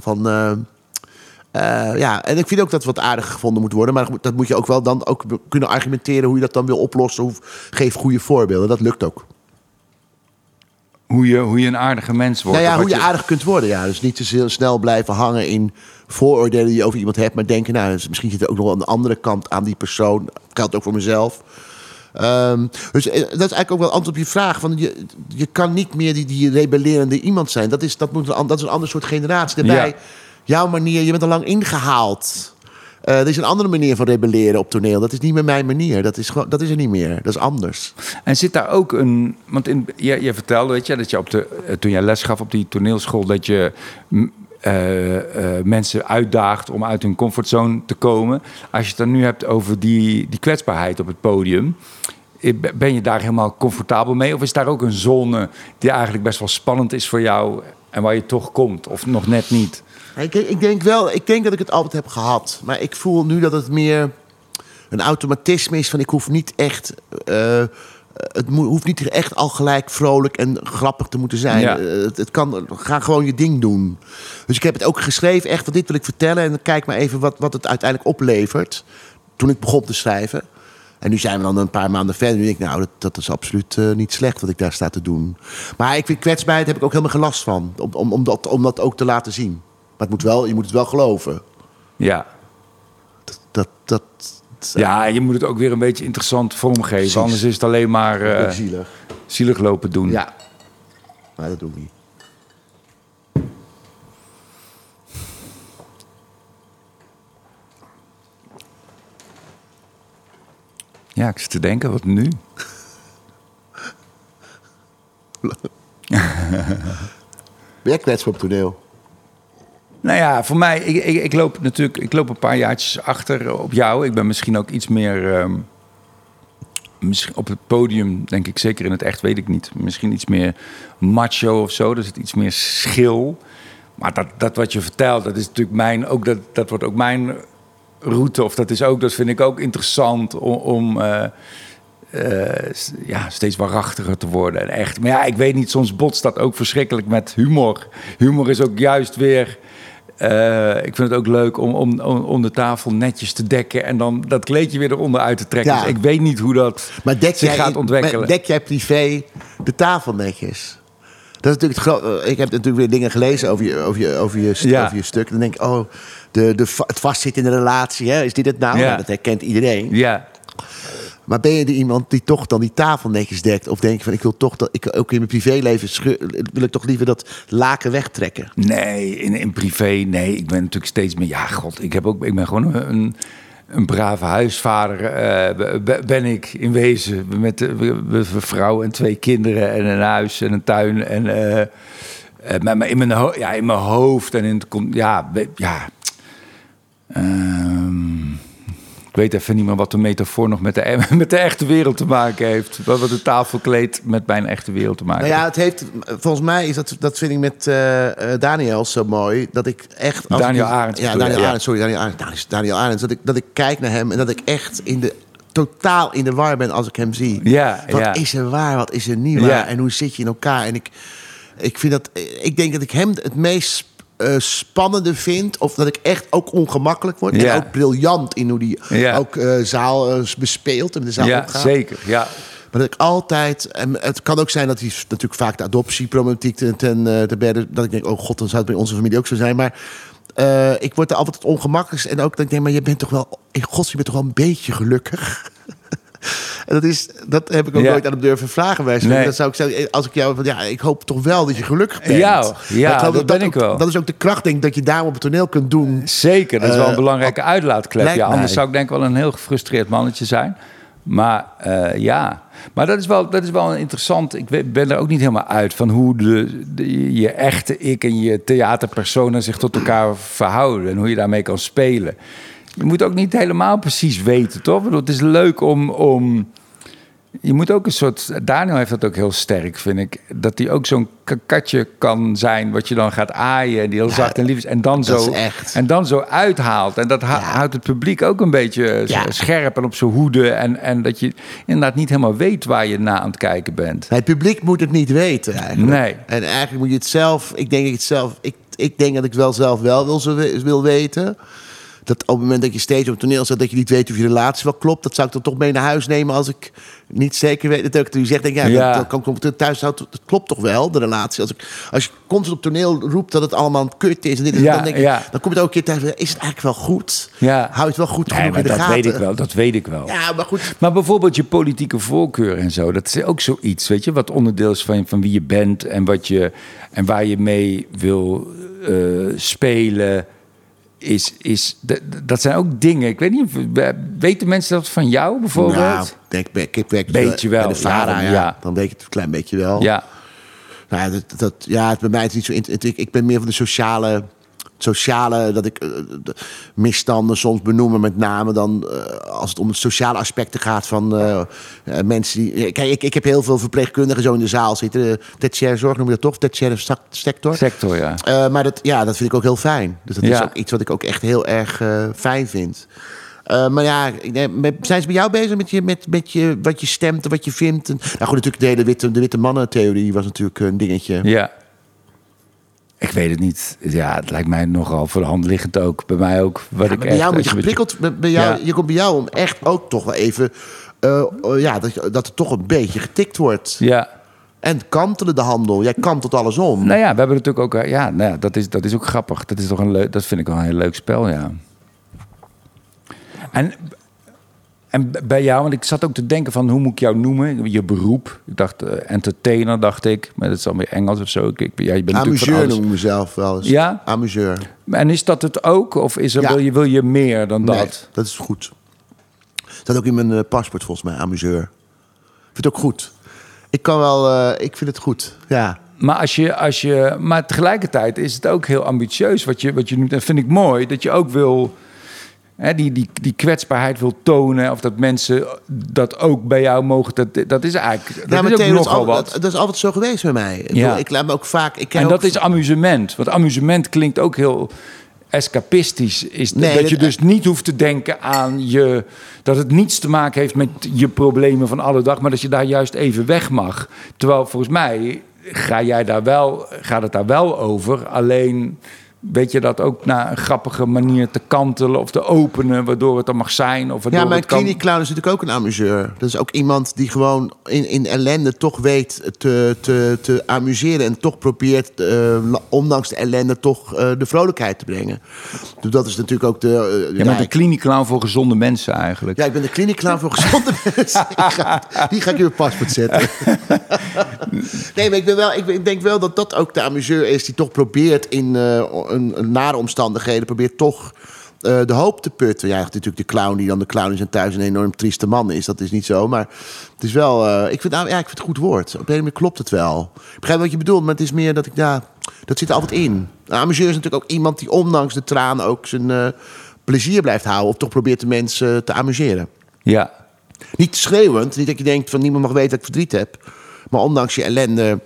En ik vind ook dat het wat aardiger gevonden moet worden. Maar dat moet je ook wel dan ook kunnen argumenteren hoe je dat dan wil oplossen. Geef goede voorbeelden. Dat lukt ook. Hoe je een aardige mens wordt. Hoe je aardig kunt worden. Ja. Dus niet te snel blijven hangen in vooroordelen die je over iemand hebt. Maar denken, misschien zit er ook nog wel een andere kant aan die persoon. Dat geldt ook voor mezelf. Dus dat is eigenlijk ook wel antwoord op je vraag. Van je kan niet meer die rebellerende iemand zijn. Dat is een ander soort generatie. Daarbij, jouw manier, je bent al lang ingehaald. Er is een andere manier van rebelleren op toneel. Dat is niet meer mijn manier. Dat is er niet meer. Dat is anders. En zit daar ook een... Want je vertelde, weet je, dat je toen jij les gaf op die toneelschool, dat je mensen uitdaagt om uit hun comfortzone te komen. Als je het dan nu hebt over die kwetsbaarheid op het podium, ben je daar helemaal comfortabel mee? Of is daar ook een zone die eigenlijk best wel spannend is voor jou en waar je toch komt? Of nog net niet? Ik denk dat ik het altijd heb gehad. Maar ik voel nu dat het meer een automatisme is van ik hoef niet echt... hoeft niet echt al gelijk vrolijk en grappig te moeten zijn. Ja. Ga gewoon je ding doen. Dus ik heb het ook geschreven, echt, van dit wil ik vertellen. En dan kijk maar even wat het uiteindelijk oplevert. Toen ik begon te schrijven. En nu zijn we dan een paar maanden verder. Nu denk ik, dat is absoluut niet slecht wat ik daar sta te doen. Maar ik vind kwetsbaarheid, heb ik ook helemaal geen last van. Om dat ook te laten zien. Maar je moet het wel geloven. Ja. Ja, je moet het ook weer een beetje interessant vormgeven. Precies. Anders is het alleen maar zielig lopen doen. Ja, maar dat doe ik niet. Ja, ik zit te denken, wat nu? Ben jij kwetsbaar op toneel? Nou ja, voor mij, ik loop een paar jaartjes achter op jou. Ik ben misschien ook iets meer... misschien op het podium, denk ik, zeker in het echt, weet ik niet. Misschien iets meer macho of zo. Er zit iets meer schil. Maar dat wat je vertelt, dat is natuurlijk dat wordt ook mijn route. Of dat vind ik ook interessant om steeds waarachtiger te worden. En echt. Maar ja, ik weet niet, soms botst dat ook verschrikkelijk met humor. Humor is ook juist weer... ik vind het ook leuk om de tafel netjes te dekken en dan dat kleedje weer eronder uit te trekken. Ja. Dus ik weet niet hoe dat zich gaat ontwikkelen. Maar dek jij privé de tafel netjes? Dat is natuurlijk ik heb natuurlijk weer dingen gelezen over je stuk. Dan denk ik, het vastzitten in een relatie, hè? Is dit het nou? Ja. Nou, dat herkent iedereen. Ja. Maar ben je iemand die toch dan die tafel netjes dekt? Of denk je van, ik wil toch dat ik ook in mijn privéleven wil ik toch liever dat laken wegtrekken? Nee, in privé, nee. Ik ben natuurlijk steeds meer... Ja, god, ik ben gewoon een brave huisvader. Ben ik in wezen met een vrouw en 2 kinderen en een huis en een tuin en maar in mijn hoofd en in het weet even niet meer wat de metafoor nog met de echte wereld te maken heeft. Wat het tafelkleed met mijn echte wereld te maken heeft. Nou ja, het heeft, volgens mij is dat vind ik met Daniel zo mooi, dat ik echt... Daniel Arendt. Ja, Daniel Arendt. Dat ik kijk naar hem en dat ik echt totaal in de war ben als ik hem zie. Ja, wat is er waar, wat is er niet waar? Ja. En hoe zit je in elkaar? En ik denk dat ik hem het meest spannende vind, of dat ik echt ook ongemakkelijk word. Ja. En ook briljant in hoe hij ook zaal bespeelt en de zaal opgaat. Ja, zeker, ja. Maar dat ik altijd... En het kan ook zijn dat hij natuurlijk vaak de adoptieproblematiek ten berde... dat ik denk, oh god, dan zou het bij onze familie ook zo zijn. Maar ik word er altijd het ongemakkelijkst. En ook dat ik denk, maar je bent toch wel... In gods, je bent toch wel een beetje gelukkig? En dat heb ik ook nooit aan hem durven vragen. Nee. Dat zou ik zeggen, als ik jou... Ja, ik hoop toch wel dat je gelukkig bent. Ja, dat ben ik wel. Dat is ook de kracht, denk ik, dat je daar op het toneel kunt doen. Zeker, dat is wel een belangrijke uitlaatklep. Ja, anders mij. zou ik denk ik wel een heel gefrustreerd mannetje zijn. Maar maar dat is wel een interessant... Ik ben er ook niet helemaal uit van hoe je echte ik en je theaterpersona zich tot elkaar verhouden. En hoe je daarmee kan spelen. Je moet ook niet helemaal precies weten, toch? Ik bedoel, het is leuk om... Je moet ook een soort... Daniel heeft dat ook heel sterk, vind ik. Dat hij ook zo'n katje kan zijn... wat je dan gaat aaien en die heel zacht en lief is... en dan zo uithaalt. En dat houdt het publiek ook een beetje scherp en op zijn hoede. En dat je inderdaad niet helemaal weet waar je naar aan het kijken bent. Het publiek moet het niet weten, eigenlijk. Nee. En eigenlijk moet je het zelf... Ik denk dat ik wel zelf wil weten... Dat op het moment dat je steeds op het toneel staat... dat je niet weet of je relatie wel klopt... dat zou ik dan toch mee naar huis nemen... als ik niet zeker weet... Dat ik u zegt, dat kan ik thuis houden. Dat klopt toch wel, de relatie. Als je constant op toneel roept dat het allemaal een kut is... En dit, dan denk ik, dan kom je ook een keer thuis... Is het eigenlijk wel goed? Ja. Hou je het wel goed genoeg in de dat gaten? Dat weet ik wel. Ja, maar goed. Maar bijvoorbeeld je politieke voorkeur en zo... dat is ook zoiets, weet je... wat onderdeel is van wie je bent... en waar je mee wil spelen... Dat zijn ook dingen. Ik weet niet, weten mensen dat van jou bijvoorbeeld? Nou, ik werk beetje wel. Bij de VARA, dan weet ik het een klein beetje wel. Ja. Nou, bij mij is het niet zo... Ik ben meer van de sociale dat ik misstanden soms benoemen met name dan als het om het sociale aspecten gaat van mensen die... Kijk, ik heb heel veel verpleegkundigen zo in de zaal zitten. Tertiaire zorg noem je dat toch? Tertiaire sector. Sector, ja. Maar dat vind ik ook heel fijn. Dus dat is ook iets wat ik ook echt heel erg fijn vind. Maar ja, zijn ze bij jou bezig met je, wat je stemt en wat je vindt? Nou goed, natuurlijk de witte mannen-theorie was natuurlijk een dingetje. Ja. Ik weet het niet. Ja, het lijkt mij nogal voor de hand liggend ook. Bij mij ook. Bij jou moet je geprikkeld... Je komt bij jou om echt ook toch wel even... dat er toch een beetje getikt wordt. Ja. En kantelen de handel. Jij kantelt alles om. Nou ja, we hebben natuurlijk ook... dat is ook grappig. Dat is toch dat vind ik wel een heel leuk spel, ja. En bij jou, want ik zat ook te denken van... hoe moet ik jou noemen? Je beroep. Ik dacht, entertainer, dacht ik. Maar dat is alweer Engels of zo. Je bent amuseur noem ik mezelf wel eens. Ja? Amuseur. En is dat het ook? Of wil je meer dan dat? Nee, dat is goed. Staat ook in mijn paspoort volgens mij, amuseur. Ik vind het ook goed. Ik vind het goed, ja. Maar maar tegelijkertijd is het ook heel ambitieus wat je noemt. En vind ik mooi dat je ook wil... die kwetsbaarheid wil tonen... of dat mensen dat ook bij jou mogen... Dat is eigenlijk dat is ook nogal wat. Dat is altijd zo geweest bij mij. Ik laat me ook vaak... dat is amusement. Want amusement klinkt ook heel escapistisch. Dat je dus niet hoeft te denken aan dat het niets te maken heeft met je problemen van alle dag... maar dat je daar juist even weg mag. Terwijl volgens mij gaat het daar wel over. Alleen... Weet je dat ook naar een grappige manier te kantelen of te openen... waardoor het dan mag zijn? Of ja, mijn kliniekclown is natuurlijk ook een amuseur. Dat is ook iemand die gewoon in ellende toch weet te amuseren... en toch probeert, ondanks de ellende, toch de vrolijkheid te brengen. Dus dat is natuurlijk ook de... Je bent de kliniekclown voor gezonde mensen eigenlijk. Ja, ik ben de kliniekclown voor gezonde mensen. Die ga ik in mijn paspoort zetten. Nee, maar ik denk wel dat dat ook de amuseur is... die toch probeert in nare omstandigheden... probeert toch de hoop te putten. Ja, natuurlijk de clown die dan de clown is en thuis een enorm trieste man is. Dat is niet zo, maar het is wel... Ik vind het een goed woord. Op een manier klopt het wel. Ik begrijp wat je bedoelt, maar het is meer dat ik... dat zit er altijd in. Een amuseur is natuurlijk ook iemand die ondanks de tranen ook zijn plezier blijft houden. Of toch probeert de mensen te amuseren. Ja. Niet schreeuwend. Niet dat je denkt van niemand mag weten dat ik verdriet heb. Maar ondanks je ellende.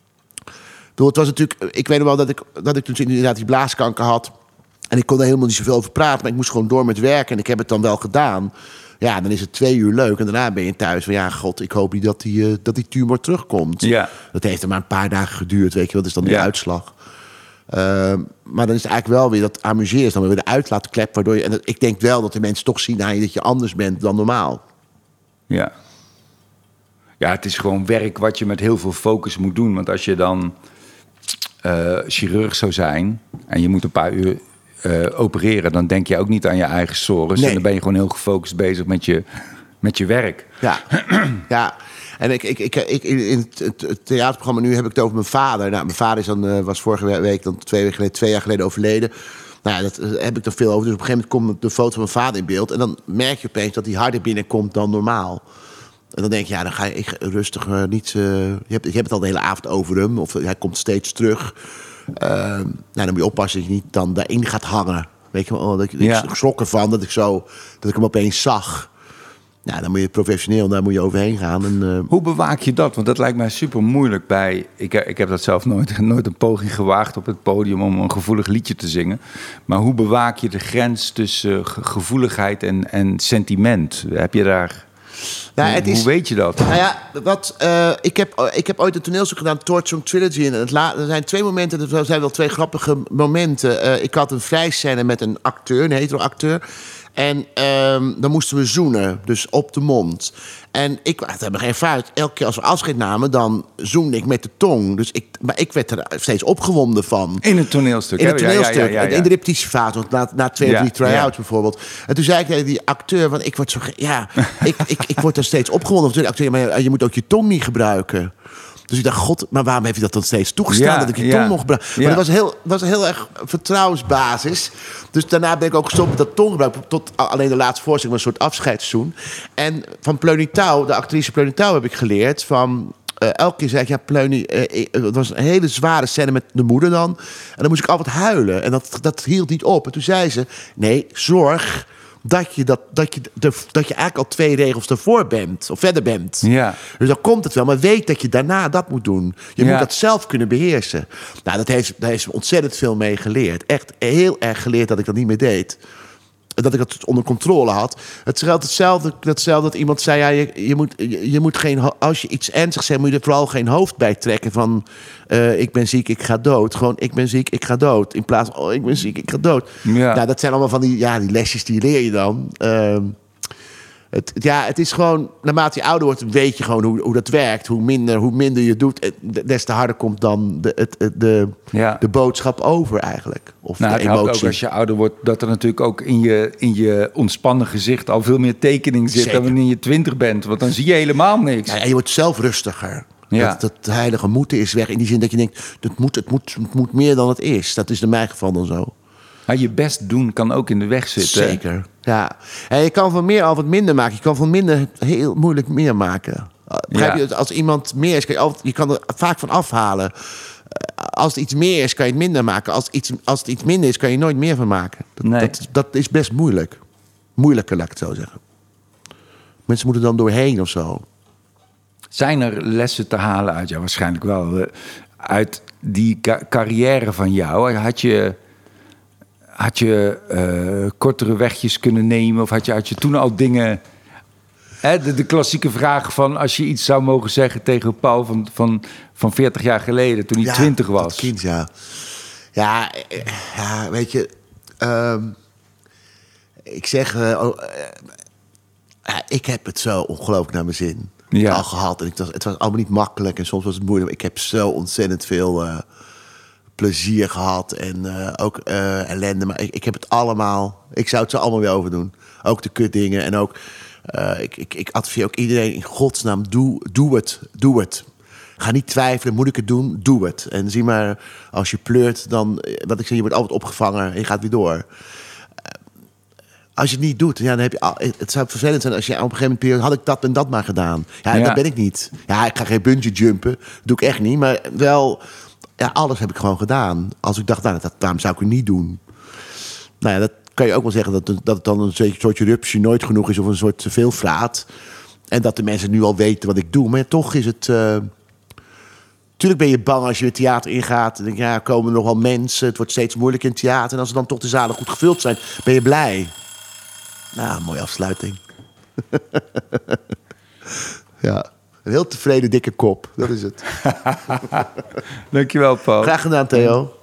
Het was natuurlijk, ik weet nog wel dat ik toen inderdaad die blaaskanker had. En ik kon er helemaal niet zoveel over praten. Maar ik moest gewoon door met werken. En ik heb het dan wel gedaan. Ja, dan is het 2 uur leuk. En daarna ben je thuis van ja, god, ik hoop niet dat die tumor terugkomt. Ja. Dat heeft er maar een paar dagen geduurd. Weet je, wat is dan die uitslag? Maar dan is het eigenlijk wel weer dat amuseren. Is dan weer de uitlaatklep. Waardoor je, en ik denk wel dat de mensen toch zien aan je dat je anders bent dan normaal. Ja. Ja, het is gewoon werk wat je met heel veel focus moet doen. Want als je dan chirurg zou zijn en je moet een paar uur opereren, dan denk je ook niet aan je eigen sores. Nee. En dan ben je gewoon heel gefocust bezig met je werk. Ja, ja. En ik in het theaterprogramma nu heb ik het over mijn vader. Nou, mijn vader was vorige week, dan 2 jaar geleden overleden. Nou ja, daar heb ik er veel over. Dus op een gegeven moment komt de foto van mijn vader in beeld. En dan merk je opeens dat hij harder binnenkomt dan normaal. En dan denk je, ja, dan ga je rustig niet... je hebt het al de hele avond over hem. Of hij komt steeds terug. Nou, dan moet je oppassen dat je niet dan daarin gaat hangen. Weet je wel, ik schrok ervan dat ik hem opeens zag. Ja, dan moet je professioneel, daar moet je overheen gaan. En, Hoe bewaak je dat? Want dat lijkt mij super moeilijk bij... Ik heb dat zelf nooit een poging gewaagd op het podium om een gevoelig liedje te zingen. Maar hoe bewaak je de grens tussen gevoeligheid en sentiment? Heb je daar... Nou, hoe weet je dat? Nou ja, ik heb ooit een toneelstuk gedaan, Torch Trilogy. En er zijn 2 momenten, er zijn wel 2 grappige momenten. Ik had een vrijscène met een acteur, een hetero-acteur. En dan moesten we zoenen, dus op de mond. En ik had helemaal geen fout. Elke keer als we afscheid namen, dan zoende ik met de tong. Dus maar ik werd er steeds opgewonden van. In het toneelstuk? In het toneelstuk. Ja. In de repetitiefase, na 2 of 3 try-outs bijvoorbeeld. En toen zei ik tegen die acteur, want ik word zo... Ja, ik word er steeds opgewonden. Toen acteur, maar je moet ook je tong niet gebruiken. Dus ik dacht, god, maar waarom heeft hij dat dan steeds toegestaan? Dat ik je tong nog gebruik? Maar dat was heel erg vertrouwensbasis. Dus daarna ben ik ook gestopt met dat tonggebruik. Tot alleen de laatste voorstelling, een soort afscheidszoen. En van Pleunie Touw, de actrice Pleunie Touw, heb ik geleerd van... elke keer zei ik, ja, Pleunie... het was een hele zware scène met de moeder dan. En dan moest ik altijd huilen. En dat hield niet op. En toen zei ze, nee, zorg... Dat je eigenlijk al 2 regels ervoor bent, of verder bent. Ja. Dus dan komt het wel, maar weet dat je daarna dat moet doen. Je moet dat zelf kunnen beheersen. Nou, daar heeft me ontzettend veel mee geleerd. Echt heel erg geleerd dat ik dat niet meer deed. Dat ik dat onder controle had. Het geldt hetzelfde dat iemand zei... Ja, je moet geen, als je iets ernstigs zegt, moet je er vooral geen hoofd bij trekken van... ik ben ziek, ik ga dood. Gewoon, ik ben ziek, ik ga dood. In plaats van, ik ben ziek, ik ga dood. Ja. Nou, dat zijn allemaal van die lesjes die leer je dan. Het is gewoon, naarmate je ouder wordt, weet je gewoon hoe dat werkt. Hoe minder je doet, des te harder komt dan de boodschap over eigenlijk. Of de emotie. Het helpt ook als je ouder wordt, dat er natuurlijk ook in je ontspannen gezicht al veel meer tekening zit. Zeker. Dan wanneer je 20 bent. Want dan zie je helemaal niks. Ja, en je wordt zelf rustiger. Ja. Dat heilige moeten is weg. In die zin dat je denkt, het moet meer dan het is. Dat is in mijn geval dan zo. Maar je best doen kan ook in de weg zitten. Zeker, ja. En je kan van meer al wat minder maken. Je kan van minder heel moeilijk meer maken. Begrijp je? Als iemand meer is, je kan er vaak van afhalen. Als het iets meer is, kan je het minder maken. Als het iets minder is, kan je nooit meer van maken. Dat is best moeilijk. Moeilijker, laat ik het zo zeggen. Mensen moeten dan doorheen of zo. Zijn er lessen te halen uit? Ja, waarschijnlijk wel. Uit die carrière van jou, had je kortere wegjes kunnen nemen? Of had je toen al dingen... De klassieke vraag van... als je iets zou mogen zeggen tegen Paul van 40 jaar geleden... toen hij 20 was. Dat kind, ja. Ja, weet je... ik zeg... ik heb het zo ongelooflijk naar mijn zin al gehad. En het was allemaal niet makkelijk. En soms was het moeilijk. Ik heb zo ontzettend veel... plezier gehad en ook ellende. Maar ik heb het allemaal... Ik zou het zo allemaal weer overdoen. Ook de kutdingen. En ook... Ik adviseer ook iedereen in godsnaam... Doe het. Ga niet twijfelen. Moet ik het doen? Doe het. En zie maar, als je pleurt, dan... Wat ik zeg, je wordt altijd opgevangen en je gaat weer door. Als je het niet doet, dan heb je... Het zou vervelend zijn als je op een gegeven moment... had ik dat en dat maar gedaan. Ja, dat ben ik niet. Ja, ik ga geen bungee jumpen. Dat doe ik echt niet. Maar wel... Ja, alles heb ik gewoon gedaan. Als ik dacht, waarom zou ik het niet doen? Nou ja, dat kan je ook wel zeggen dat het dan een soort rupsje nooit genoeg is of een soort veelvraat. En dat de mensen nu al weten wat ik doe. Maar toch is het... Tuurlijk ben je bang als je het theater ingaat. En denk je, ja, komen er nog wel mensen. Het wordt steeds moeilijker in het theater. En als er dan toch de zalen goed gevuld zijn, ben je blij. Nou, mooie afsluiting. Ja, een heel tevreden dikke kop. Dat is het. Dankjewel, Paul. Graag gedaan, Theo.